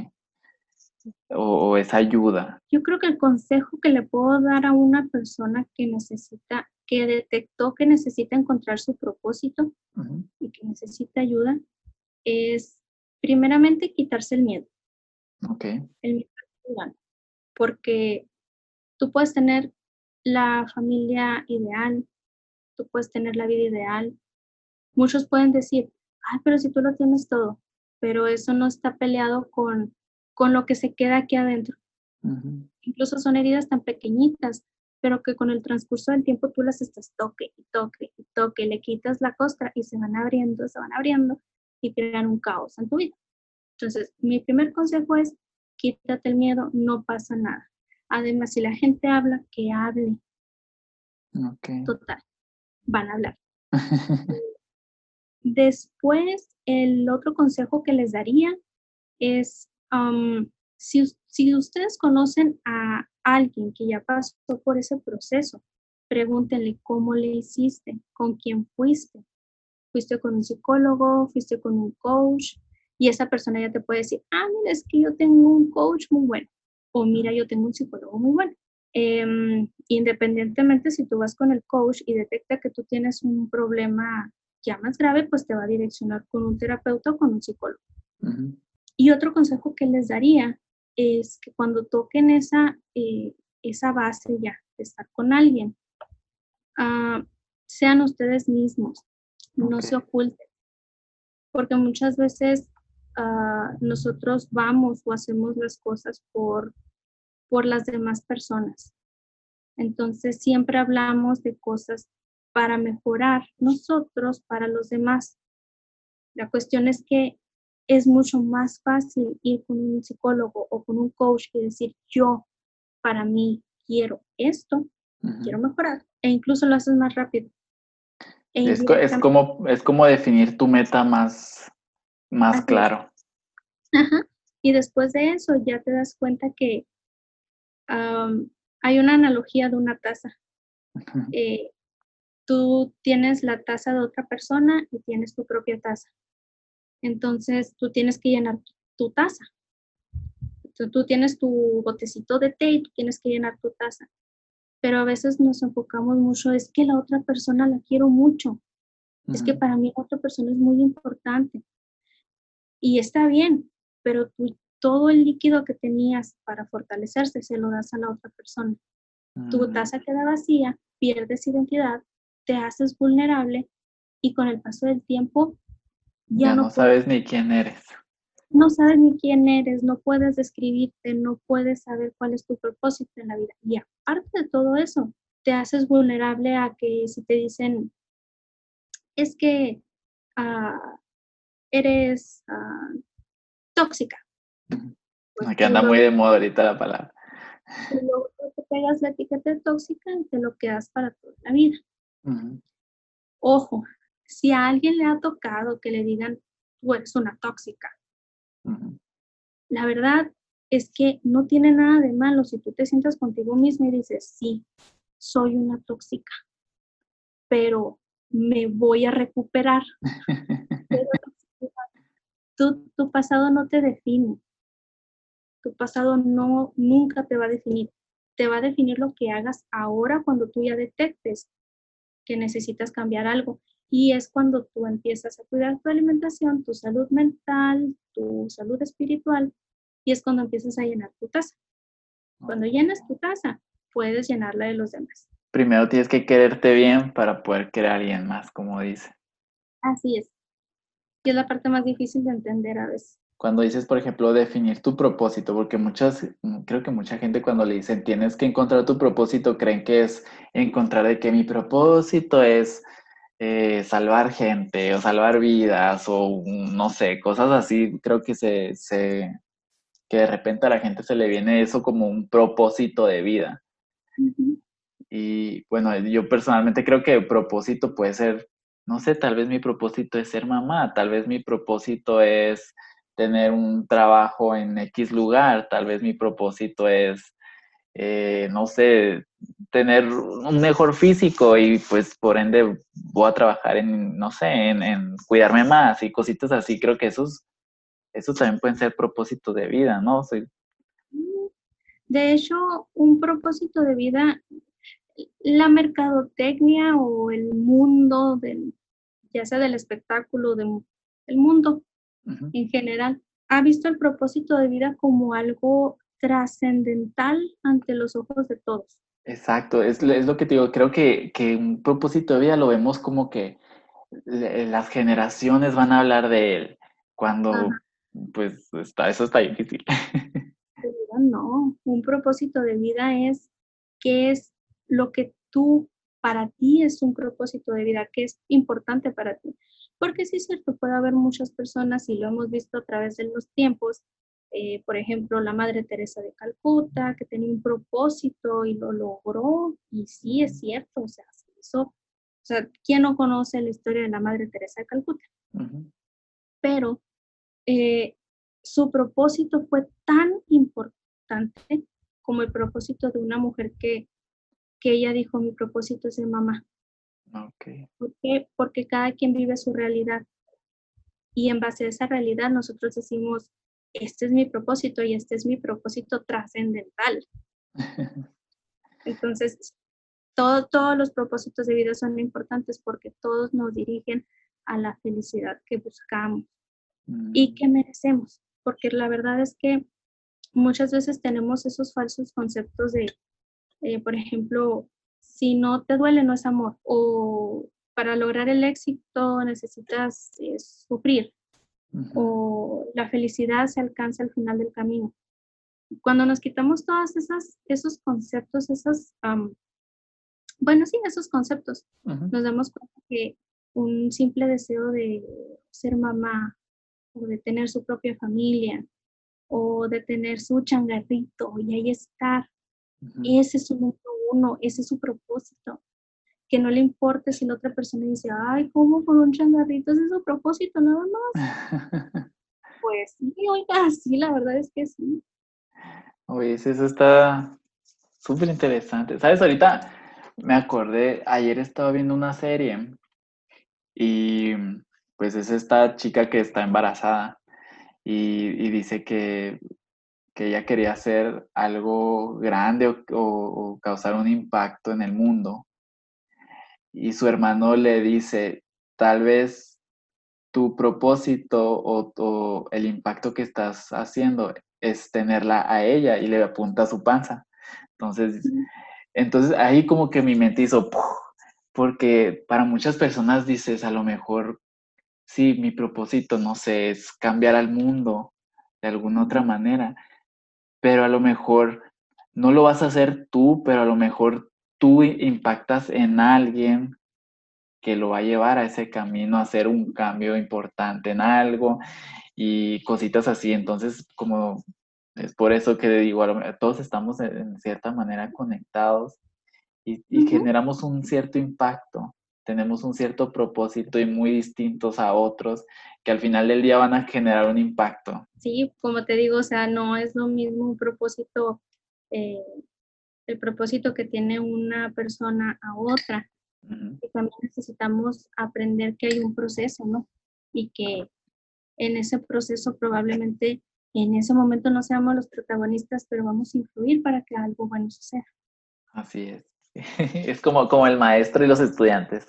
o esa ayuda? Yo creo que el consejo que le puedo dar a una persona que necesita, que detectó que necesita encontrar su propósito Ujú. y que necesita ayuda, es primeramente quitarse Ok. el miedo al final, porque tú puedes tener la familia ideal, tú puedes tener la vida ideal. Muchos pueden decir, ay, pero si tú lo tienes todo, pero eso no está peleado con lo que se queda aquí adentro. Ujú. Incluso son heridas tan pequeñitas, pero que con el transcurso del tiempo tú las estás toque y toque y toque, le quitas la costra y se van abriendo y crean un caos en tu vida. Entonces, mi primer consejo es, quítate el miedo, no pasa nada. Además, si la gente habla, que hable, Ok. total, van a hablar. Después, el otro consejo que les daría es, si ustedes conocen a alguien que ya pasó por ese proceso, pregúntenle cómo le hiciste, con quién fuiste. Fuiste con un psicólogo, fuiste con un coach, y esa persona ya te puede decir, mira, es que yo tengo un coach muy bueno, o mira, yo tengo un psicólogo muy bueno. Independientemente si tú vas con el coach y detecta que tú tienes un problema ya más grave, pues te va a direccionar con un terapeuta o con un psicólogo. Ujú. Y otro consejo que les daría es que cuando toquen esa base ya de estar con alguien. Sean ustedes mismos, no se oculten, porque muchas veces nosotros vamos o hacemos las cosas por las demás personas. Entonces siempre hablamos de cosas para mejorar nosotros, para los demás. La cuestión es que es mucho más fácil ir con un psicólogo o con un coach y decir, yo, para mí, quiero esto, quiero mejorar, e incluso lo haces más rápido. E Es como definir tu meta más claro. Ajá. Y después de eso ya te das cuenta que hay una analogía de una taza. Tú tienes la taza de otra persona y tienes tu propia taza. Entonces tú tienes que llenar tu taza. Tú tienes tu botecito de té y tú tienes que llenar tu taza. Pero a veces nos enfocamos mucho, es que la otra persona la quiero mucho. Es que para mí la otra persona es muy importante. Y está bien, pero tú todo el líquido que tenías para fortalecerse se lo das a la otra persona. Tu taza queda vacía, pierdes identidad, te haces vulnerable y con el paso del tiempo ya no sabes ni quién eres. No sabes ni quién eres, no puedes describirte, no puedes saber cuál es tu propósito en la vida. Y aparte de todo eso, te haces vulnerable a que si te dicen, es que eres tóxica. Pues Aquí anda muy de moda ahorita la palabra. Luego te pegas la etiqueta de tóxica y te lo quedas para toda la vida. Ojo, si a alguien le ha tocado que le digan, tú eres una tóxica, la verdad es que no tiene nada de malo si tú te sientas contigo misma y dices, sí, soy una tóxica, pero me voy a recuperar. Tu pasado no te define. Tu pasado nunca te va a definir. Te va a definir lo que hagas ahora cuando tú ya detectes que necesitas cambiar algo. Y es cuando tú empiezas a cuidar tu alimentación, tu salud mental, tu salud espiritual, y es cuando empiezas a llenar tu taza. Cuando llenas tu taza, puedes llenarla de los demás. Primero tienes que quererte bien para poder querer a alguien más, como dice. Así es. Y es la parte más difícil de entender a veces. Cuando dices, por ejemplo, definir tu propósito, porque creo que mucha gente cuando le dicen tienes que encontrar tu propósito, creen que es encontrar de que mi propósito es salvar gente o salvar vidas o no sé, cosas así. Creo que que de repente a la gente se le viene eso como un propósito de vida. Y bueno, yo personalmente creo que el propósito puede ser, no sé, tal vez mi propósito es ser mamá, tal vez mi propósito es tener un trabajo en X lugar, tal vez mi propósito es, no sé, tener un mejor físico y pues por ende voy a trabajar en, no sé, en cuidarme más y cositas así. Creo que esos también pueden ser propósitos de vida, ¿no? De hecho, un propósito de vida, la mercadotecnia o el mundo ya sea del espectáculo, del mundo en general, ha visto el propósito de vida como algo trascendental ante los ojos de todos. Exacto, es lo que te digo, creo que un propósito de vida lo vemos como que las generaciones van a hablar de él, cuando pues eso está difícil. No, un propósito de vida es qué es lo que para ti es un propósito de vida, qué es importante para ti. Porque sí es cierto, puede haber muchas personas, y lo hemos visto a través de los tiempos, por ejemplo, la Madre Teresa de Calcuta, que tenía un propósito y lo logró, y sí es cierto, o sea, ¿quién no conoce la historia de la Madre Teresa de Calcuta? Pero su propósito fue tan importante como el propósito de una mujer que ella dijo, mi propósito es ser mamá. Okay. ¿Por qué? Porque cada quien vive su realidad. Y en base a esa realidad nosotros decimos, este es mi propósito y este es mi propósito trascendental. Entonces, todos los propósitos de vida son importantes porque todos nos dirigen a la felicidad que buscamos y que merecemos. Porque la verdad es que muchas veces tenemos esos falsos conceptos de Por ejemplo, si no te duele, no es amor. O para lograr el éxito necesitas sufrir. Ujú, O la felicidad se alcanza al final del camino. Cuando nos quitamos todas esos conceptos, bueno, sí, esos conceptos, ujú. nos damos cuenta que un simple deseo de ser mamá o de tener su propia familia o de tener su changarrito y ahí estar, Ujú. ese es su número uno, ese es su propósito. Que no le importe si la otra persona dice, ay, ¿cómo por un changarrito? Ese es su propósito, nada más. Pues sí, oiga, sí, la verdad es que sí. Oye, sí, eso está súper interesante. ¿Sabes? Ahorita me acordé, ayer estaba viendo una serie y pues es esta chica que está embarazada y dice que ella quería hacer algo grande o causar un impacto en el mundo. Y su hermano le dice, tal vez tu propósito o el impacto que estás haciendo es tenerla a ella y le apunta a su panza. Entonces, Mm, entonces ahí como que mi mente hizo, ¡puf! Porque para muchas personas dices, a lo mejor, sí, mi propósito, no sé, es cambiar al mundo de alguna otra ujú, manera, pero a lo mejor no lo vas a hacer tú, pero a lo mejor tú impactas en alguien que lo va a llevar a ese camino, a hacer un cambio importante en algo y cositas así. Entonces, como es por eso que digo, todos estamos en cierta manera conectados y ujú. generamos un cierto impacto, tenemos un cierto propósito y muy distintos a otros que al final del día van a generar un impacto. Sí, como te digo, o sea, no es lo mismo un propósito, eh, el propósito que tiene una persona a otra. Ujú. Y también necesitamos aprender que hay un proceso, ¿no? Y que en ese proceso probablemente en ese momento no seamos los protagonistas, pero vamos a influir para que algo bueno suceda. Así es. Es como el maestro y los estudiantes.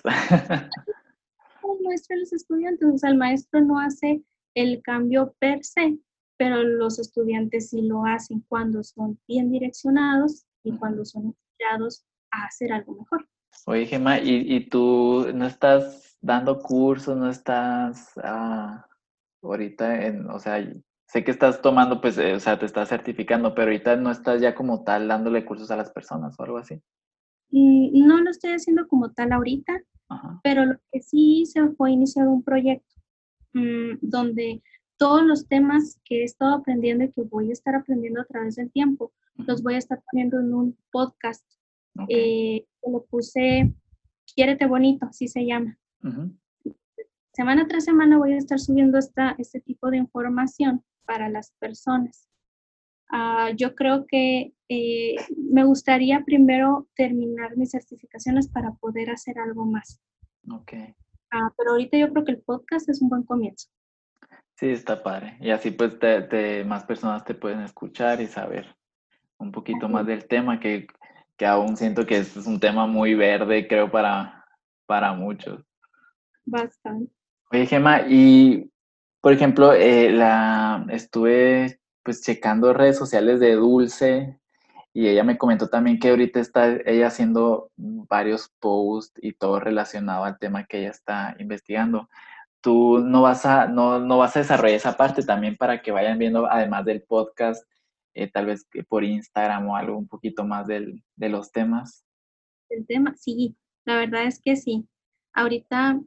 El maestro y los estudiantes, o sea, el maestro no hace el cambio per se, pero los estudiantes sí lo hacen cuando son bien direccionados y Ujú. cuando son inspirados a hacer algo mejor. Oye, Gemma, ¿y tú no estás dando cursos, no estás ahorita o sea, sé que estás tomando, pues, o sea, te estás certificando, pero ahorita no estás ya como tal dándole cursos a las personas o algo así? No lo estoy haciendo como tal ahorita, Ajá. pero lo que sí hice fue iniciar un proyecto donde todos los temas que he estado aprendiendo y que voy a estar aprendiendo a través del tiempo, los Ujú. voy a estar poniendo en un podcast. Ok. Que lo puse Quiérete Bonito, así se llama. Ujú. Semana tras semana voy a estar subiendo este tipo de información para las personas. Yo creo que me gustaría primero terminar mis certificaciones para poder hacer algo más. Ok. Pero ahorita yo creo que el podcast es un buen comienzo. Sí, está padre. Y así pues más personas te pueden escuchar y saber un poquito Así más es, del tema, que aún siento que es un tema muy verde, creo, para muchos. bastante. Oye, Gemma, y por ejemplo, estuve pues checando redes sociales de Dulce y ella me comentó también que ahorita está ella haciendo varios posts y todo relacionado al tema que ella está investigando. ¿Tú no vas a desarrollar esa parte también para que vayan viendo, además del podcast, tal vez que por Instagram o algo un poquito más de los temas? El tema, sí, la verdad es que sí. Ahorita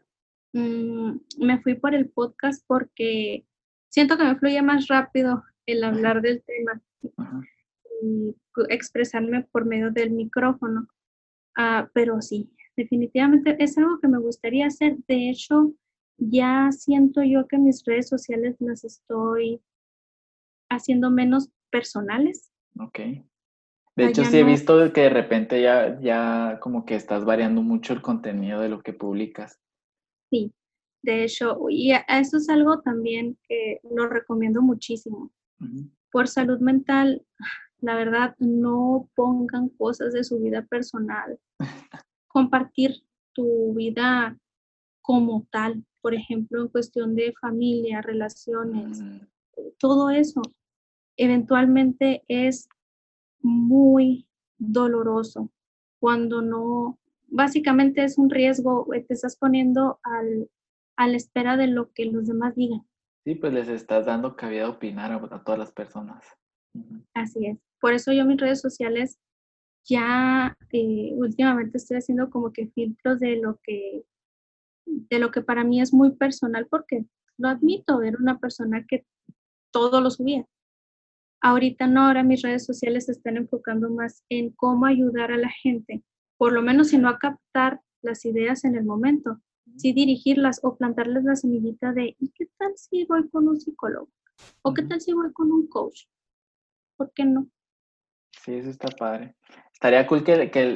me fui por el podcast porque siento que me fluye más rápido el hablar del tema Ajá. y expresarme por medio del micrófono. Pero sí, definitivamente es algo que me gustaría hacer. De hecho, ya siento yo que mis redes sociales las estoy haciendo menos personales. Ok. O De sea, hecho, ya sí he no, visto que de repente ya como que estás variando mucho el contenido de lo que publicas. sí. De hecho, y eso es algo también que lo recomiendo muchísimo. Ujú. Por salud mental, la verdad, no pongan cosas de su vida personal. Compartir tu vida como tal, por ejemplo, en cuestión de familia, relaciones, Mm, todo eso, eventualmente es muy, doloroso, cuando no, básicamente es un riesgo, te estás poniendo a la espera de lo que los demás digan. Sí, pues les estás dando cabida a opinar a todas las personas. Ujú. Así es. Por eso yo mis redes sociales ya últimamente estoy haciendo como que filtros de lo que para mí es muy personal, porque lo admito, era una persona que todo lo subía. Ahorita no, ahora mis redes sociales se están enfocando más en cómo ayudar a la gente, por lo menos si no a captar las ideas en el momento, sí dirigirlas o plantarles la semillita de, ¿y qué tal si voy con un psicólogo? ¿O qué Ujú. tal si voy con un coach? ¿Por qué no? Sí, eso está padre. Estaría cool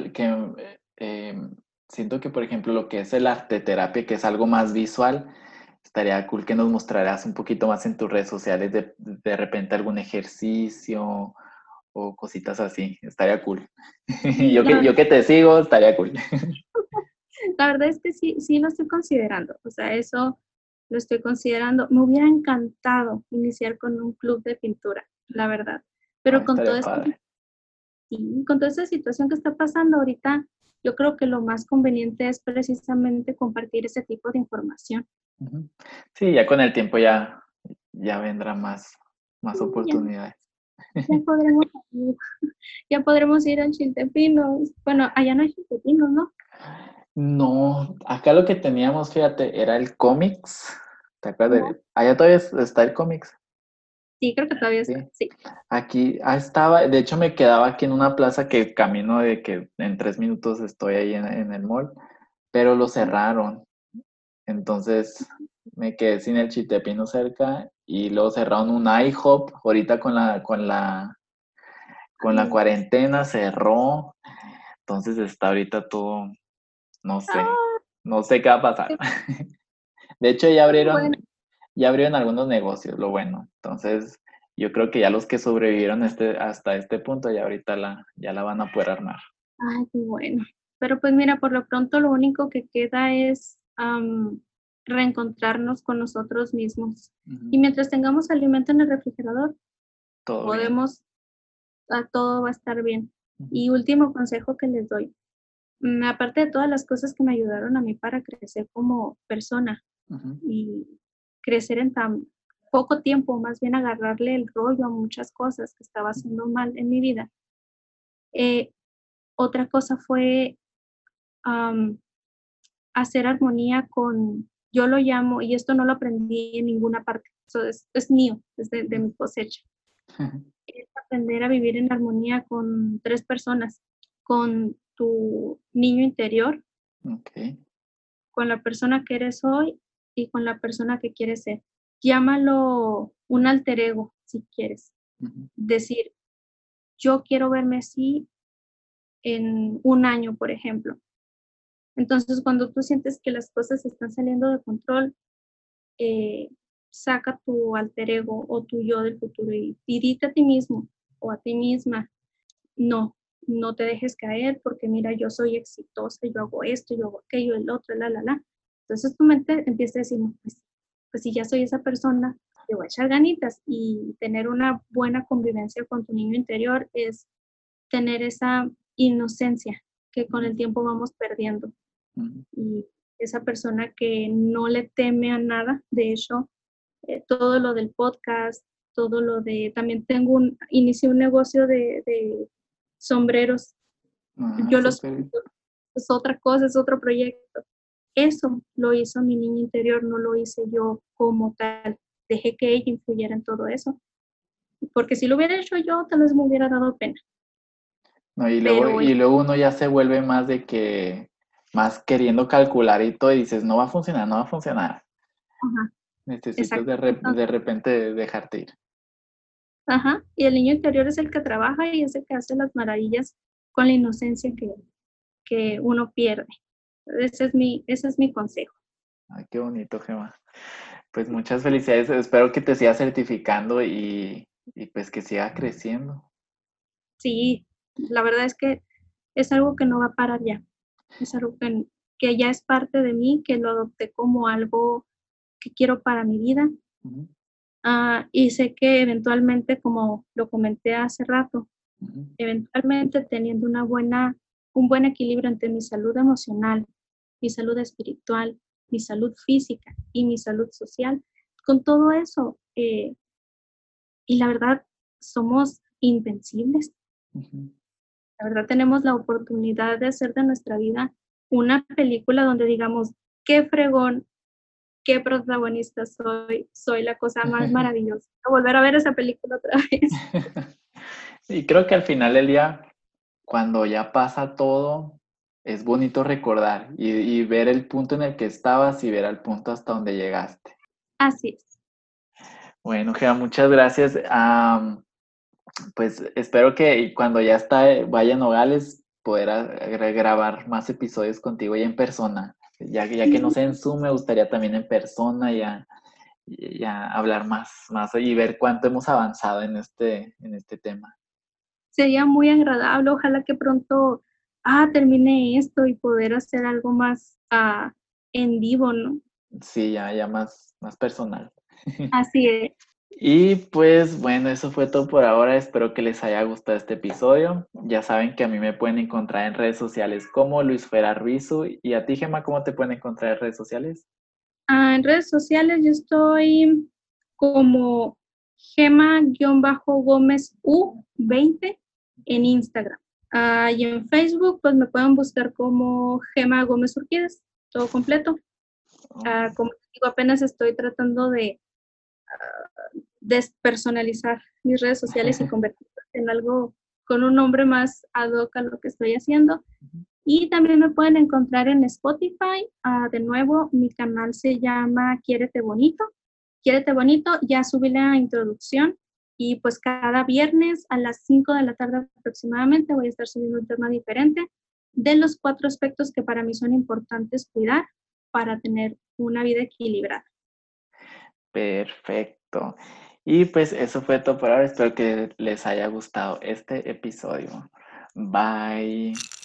siento que, por ejemplo, lo que es el arte terapia, que es algo más visual, estaría cool que nos mostrarás un poquito más en tus redes sociales de repente algún ejercicio o cositas así. Estaría cool. Y Yo que te sigo, estaría cool. la verdad es que sí, sí lo estoy considerando, o sea, eso lo estoy considerando. Me hubiera encantado iniciar con un club de pintura, la verdad, Ah, pero estaría padre. con toda esta situación que está pasando ahorita, yo creo que lo más conveniente es precisamente compartir ese tipo de información. Ujú. Sí, ya con el tiempo ya vendrá más Y ya, oportunidades. ya podremos ir, ya podremos ir a Chiltepinos. Bueno, allá no hay Chiltepinos, ¿no? No, acá lo que teníamos, fíjate, era el cómics. ¿Te acuerdas? Ajá. Allá todavía está el cómics. Sí, creo que todavía está, Sí. sí. Aquí estaba, de hecho me quedaba aquí en una plaza que camino de que en 3 minutos estoy ahí en el mall, pero lo cerraron. Entonces me quedé sin el Chiltepino cerca y luego cerraron un IHOP. Ahorita con la cuarentena cerró. Entonces está ahorita todo, no sé, Ah, no sé qué va a pasar. qué De hecho, bueno. ya abrieron algunos negocios, lo bueno. Entonces, yo creo que ya los que sobrevivieron hasta este punto, ya ahorita ya la van a poder armar. Ay, qué bueno. Pero pues mira, por lo pronto lo único que queda es reencontrarnos con nosotros mismos. Y Ujú. mientras tengamos alimento en el refrigerador, Todo bien. podemos, todo va a estar bien. Ujú, Y último consejo que les doy, aparte de todas las cosas que me ayudaron a mí para crecer como persona ujú, y crecer en tan poco tiempo, más bien agarrarle el rollo a muchas cosas que estaba ujú, haciendo mal en mi vida. eh, Otra cosa fue am, hacer armonía con, yo lo llamo, y esto no lo aprendí en ninguna parte, eso es mío, es de mi cosecha, es aprender a vivir en armonía con tres personas, con tu niño interior, Ok. con la persona que eres hoy y con la persona que quieres ser. Llámalo un alter ego, si quieres. Ujú, Decir, yo quiero verme así en un año, por ejemplo. Entonces, cuando tú sientes que las cosas están saliendo de control, eh, saca tu alter ego o tu yo del futuro y dite a ti mismo o a ti misma, no, no te dejes caer porque mira, yo soy exitosa, yo hago esto, yo hago aquello, el otro, la. Entonces tu mente empieza a decir, no, pues si ya soy esa persona, te voy a echar ganitas y tener una buena convivencia con tu niño interior es tener esa inocencia que con ujú, el tiempo vamos perdiendo ujú. y esa persona que no le teme a nada. De hecho, todo lo del podcast, todo lo de, también inicié un negocio de sombreros. Ah, Yo los, súper. es otra cosa, es otro proyecto. Eso lo hizo mi niña interior, no lo hice yo como tal. Dejé que ella influyera en todo eso. Porque si lo hubiera hecho yo, tal vez me hubiera dado pena. No, Pero, y luego uno ya se vuelve más de que, más queriendo calcular y todo, y dices, no va a funcionar, no va a funcionar. ajá, Necesitas exacto. de repente dejarte ir. Ajá, y el niño interior es el que trabaja y es el que hace las maravillas con la inocencia que uno pierde. Ese es mi consejo. Ay, qué bonito, Gemma. Pues muchas felicidades. Espero que te siga certificando y pues que siga creciendo. Sí, la verdad es que es algo que no va a parar ya. Es algo que ya es parte de mí, que lo adopté como algo que quiero para mi vida. Ujú, Y sé que eventualmente, como lo comenté hace rato, Ujú. Eventualmente teniendo un buen equilibrio entre mi salud emocional, mi salud espiritual, mi salud física y mi salud social, con todo eso, y la verdad, somos invencibles. Ujú. La verdad, tenemos la oportunidad de hacer de nuestra vida una película donde digamos, qué fregón, qué protagonista soy la cosa más maravillosa. Volver a ver esa película otra vez. Y creo que al final del día, cuando ya pasa todo, es bonito recordar y ver el punto en el que estabas y ver al punto hasta donde llegaste. Así es. Bueno, Gea, muchas gracias. Pues espero que cuando ya vaya a Nogales, poder grabar más episodios contigo ya en persona. Ya que no Sí, sé en Zoom, me gustaría también en persona ya hablar más y ver cuánto hemos avanzado en este tema. sería muy agradable. Ojalá que pronto, termine esto y poder hacer algo más en vivo, ¿no? Sí, ya más personal. Así es. Y pues bueno, eso fue todo por ahora. Espero que les haya gustado este episodio. Ya saben que a mí me pueden encontrar en redes sociales como Luis Fera Ruizu. Y a ti, Gemma, ¿cómo te pueden encontrar en redes sociales? En redes sociales yo estoy como Gema-Gómez U20 en Instagram. Y en Facebook, pues me pueden buscar como Gema Gómez Urquídez, todo completo. Como te digo, apenas estoy tratando de despersonalizar mis redes sociales y convertirlas en algo con un nombre más ad hoc a lo que estoy haciendo. Y también me pueden encontrar en Spotify. De nuevo, mi canal se llama Quiérete Bonito. Quiérete Bonito, ya subí la introducción y pues cada viernes a las 5 de la tarde aproximadamente voy a estar subiendo un tema diferente de los 4 aspectos que para mí son importantes cuidar para tener una vida equilibrada. Perfecto. Y pues eso fue todo por ahora. Espero que les haya gustado este episodio. Bye.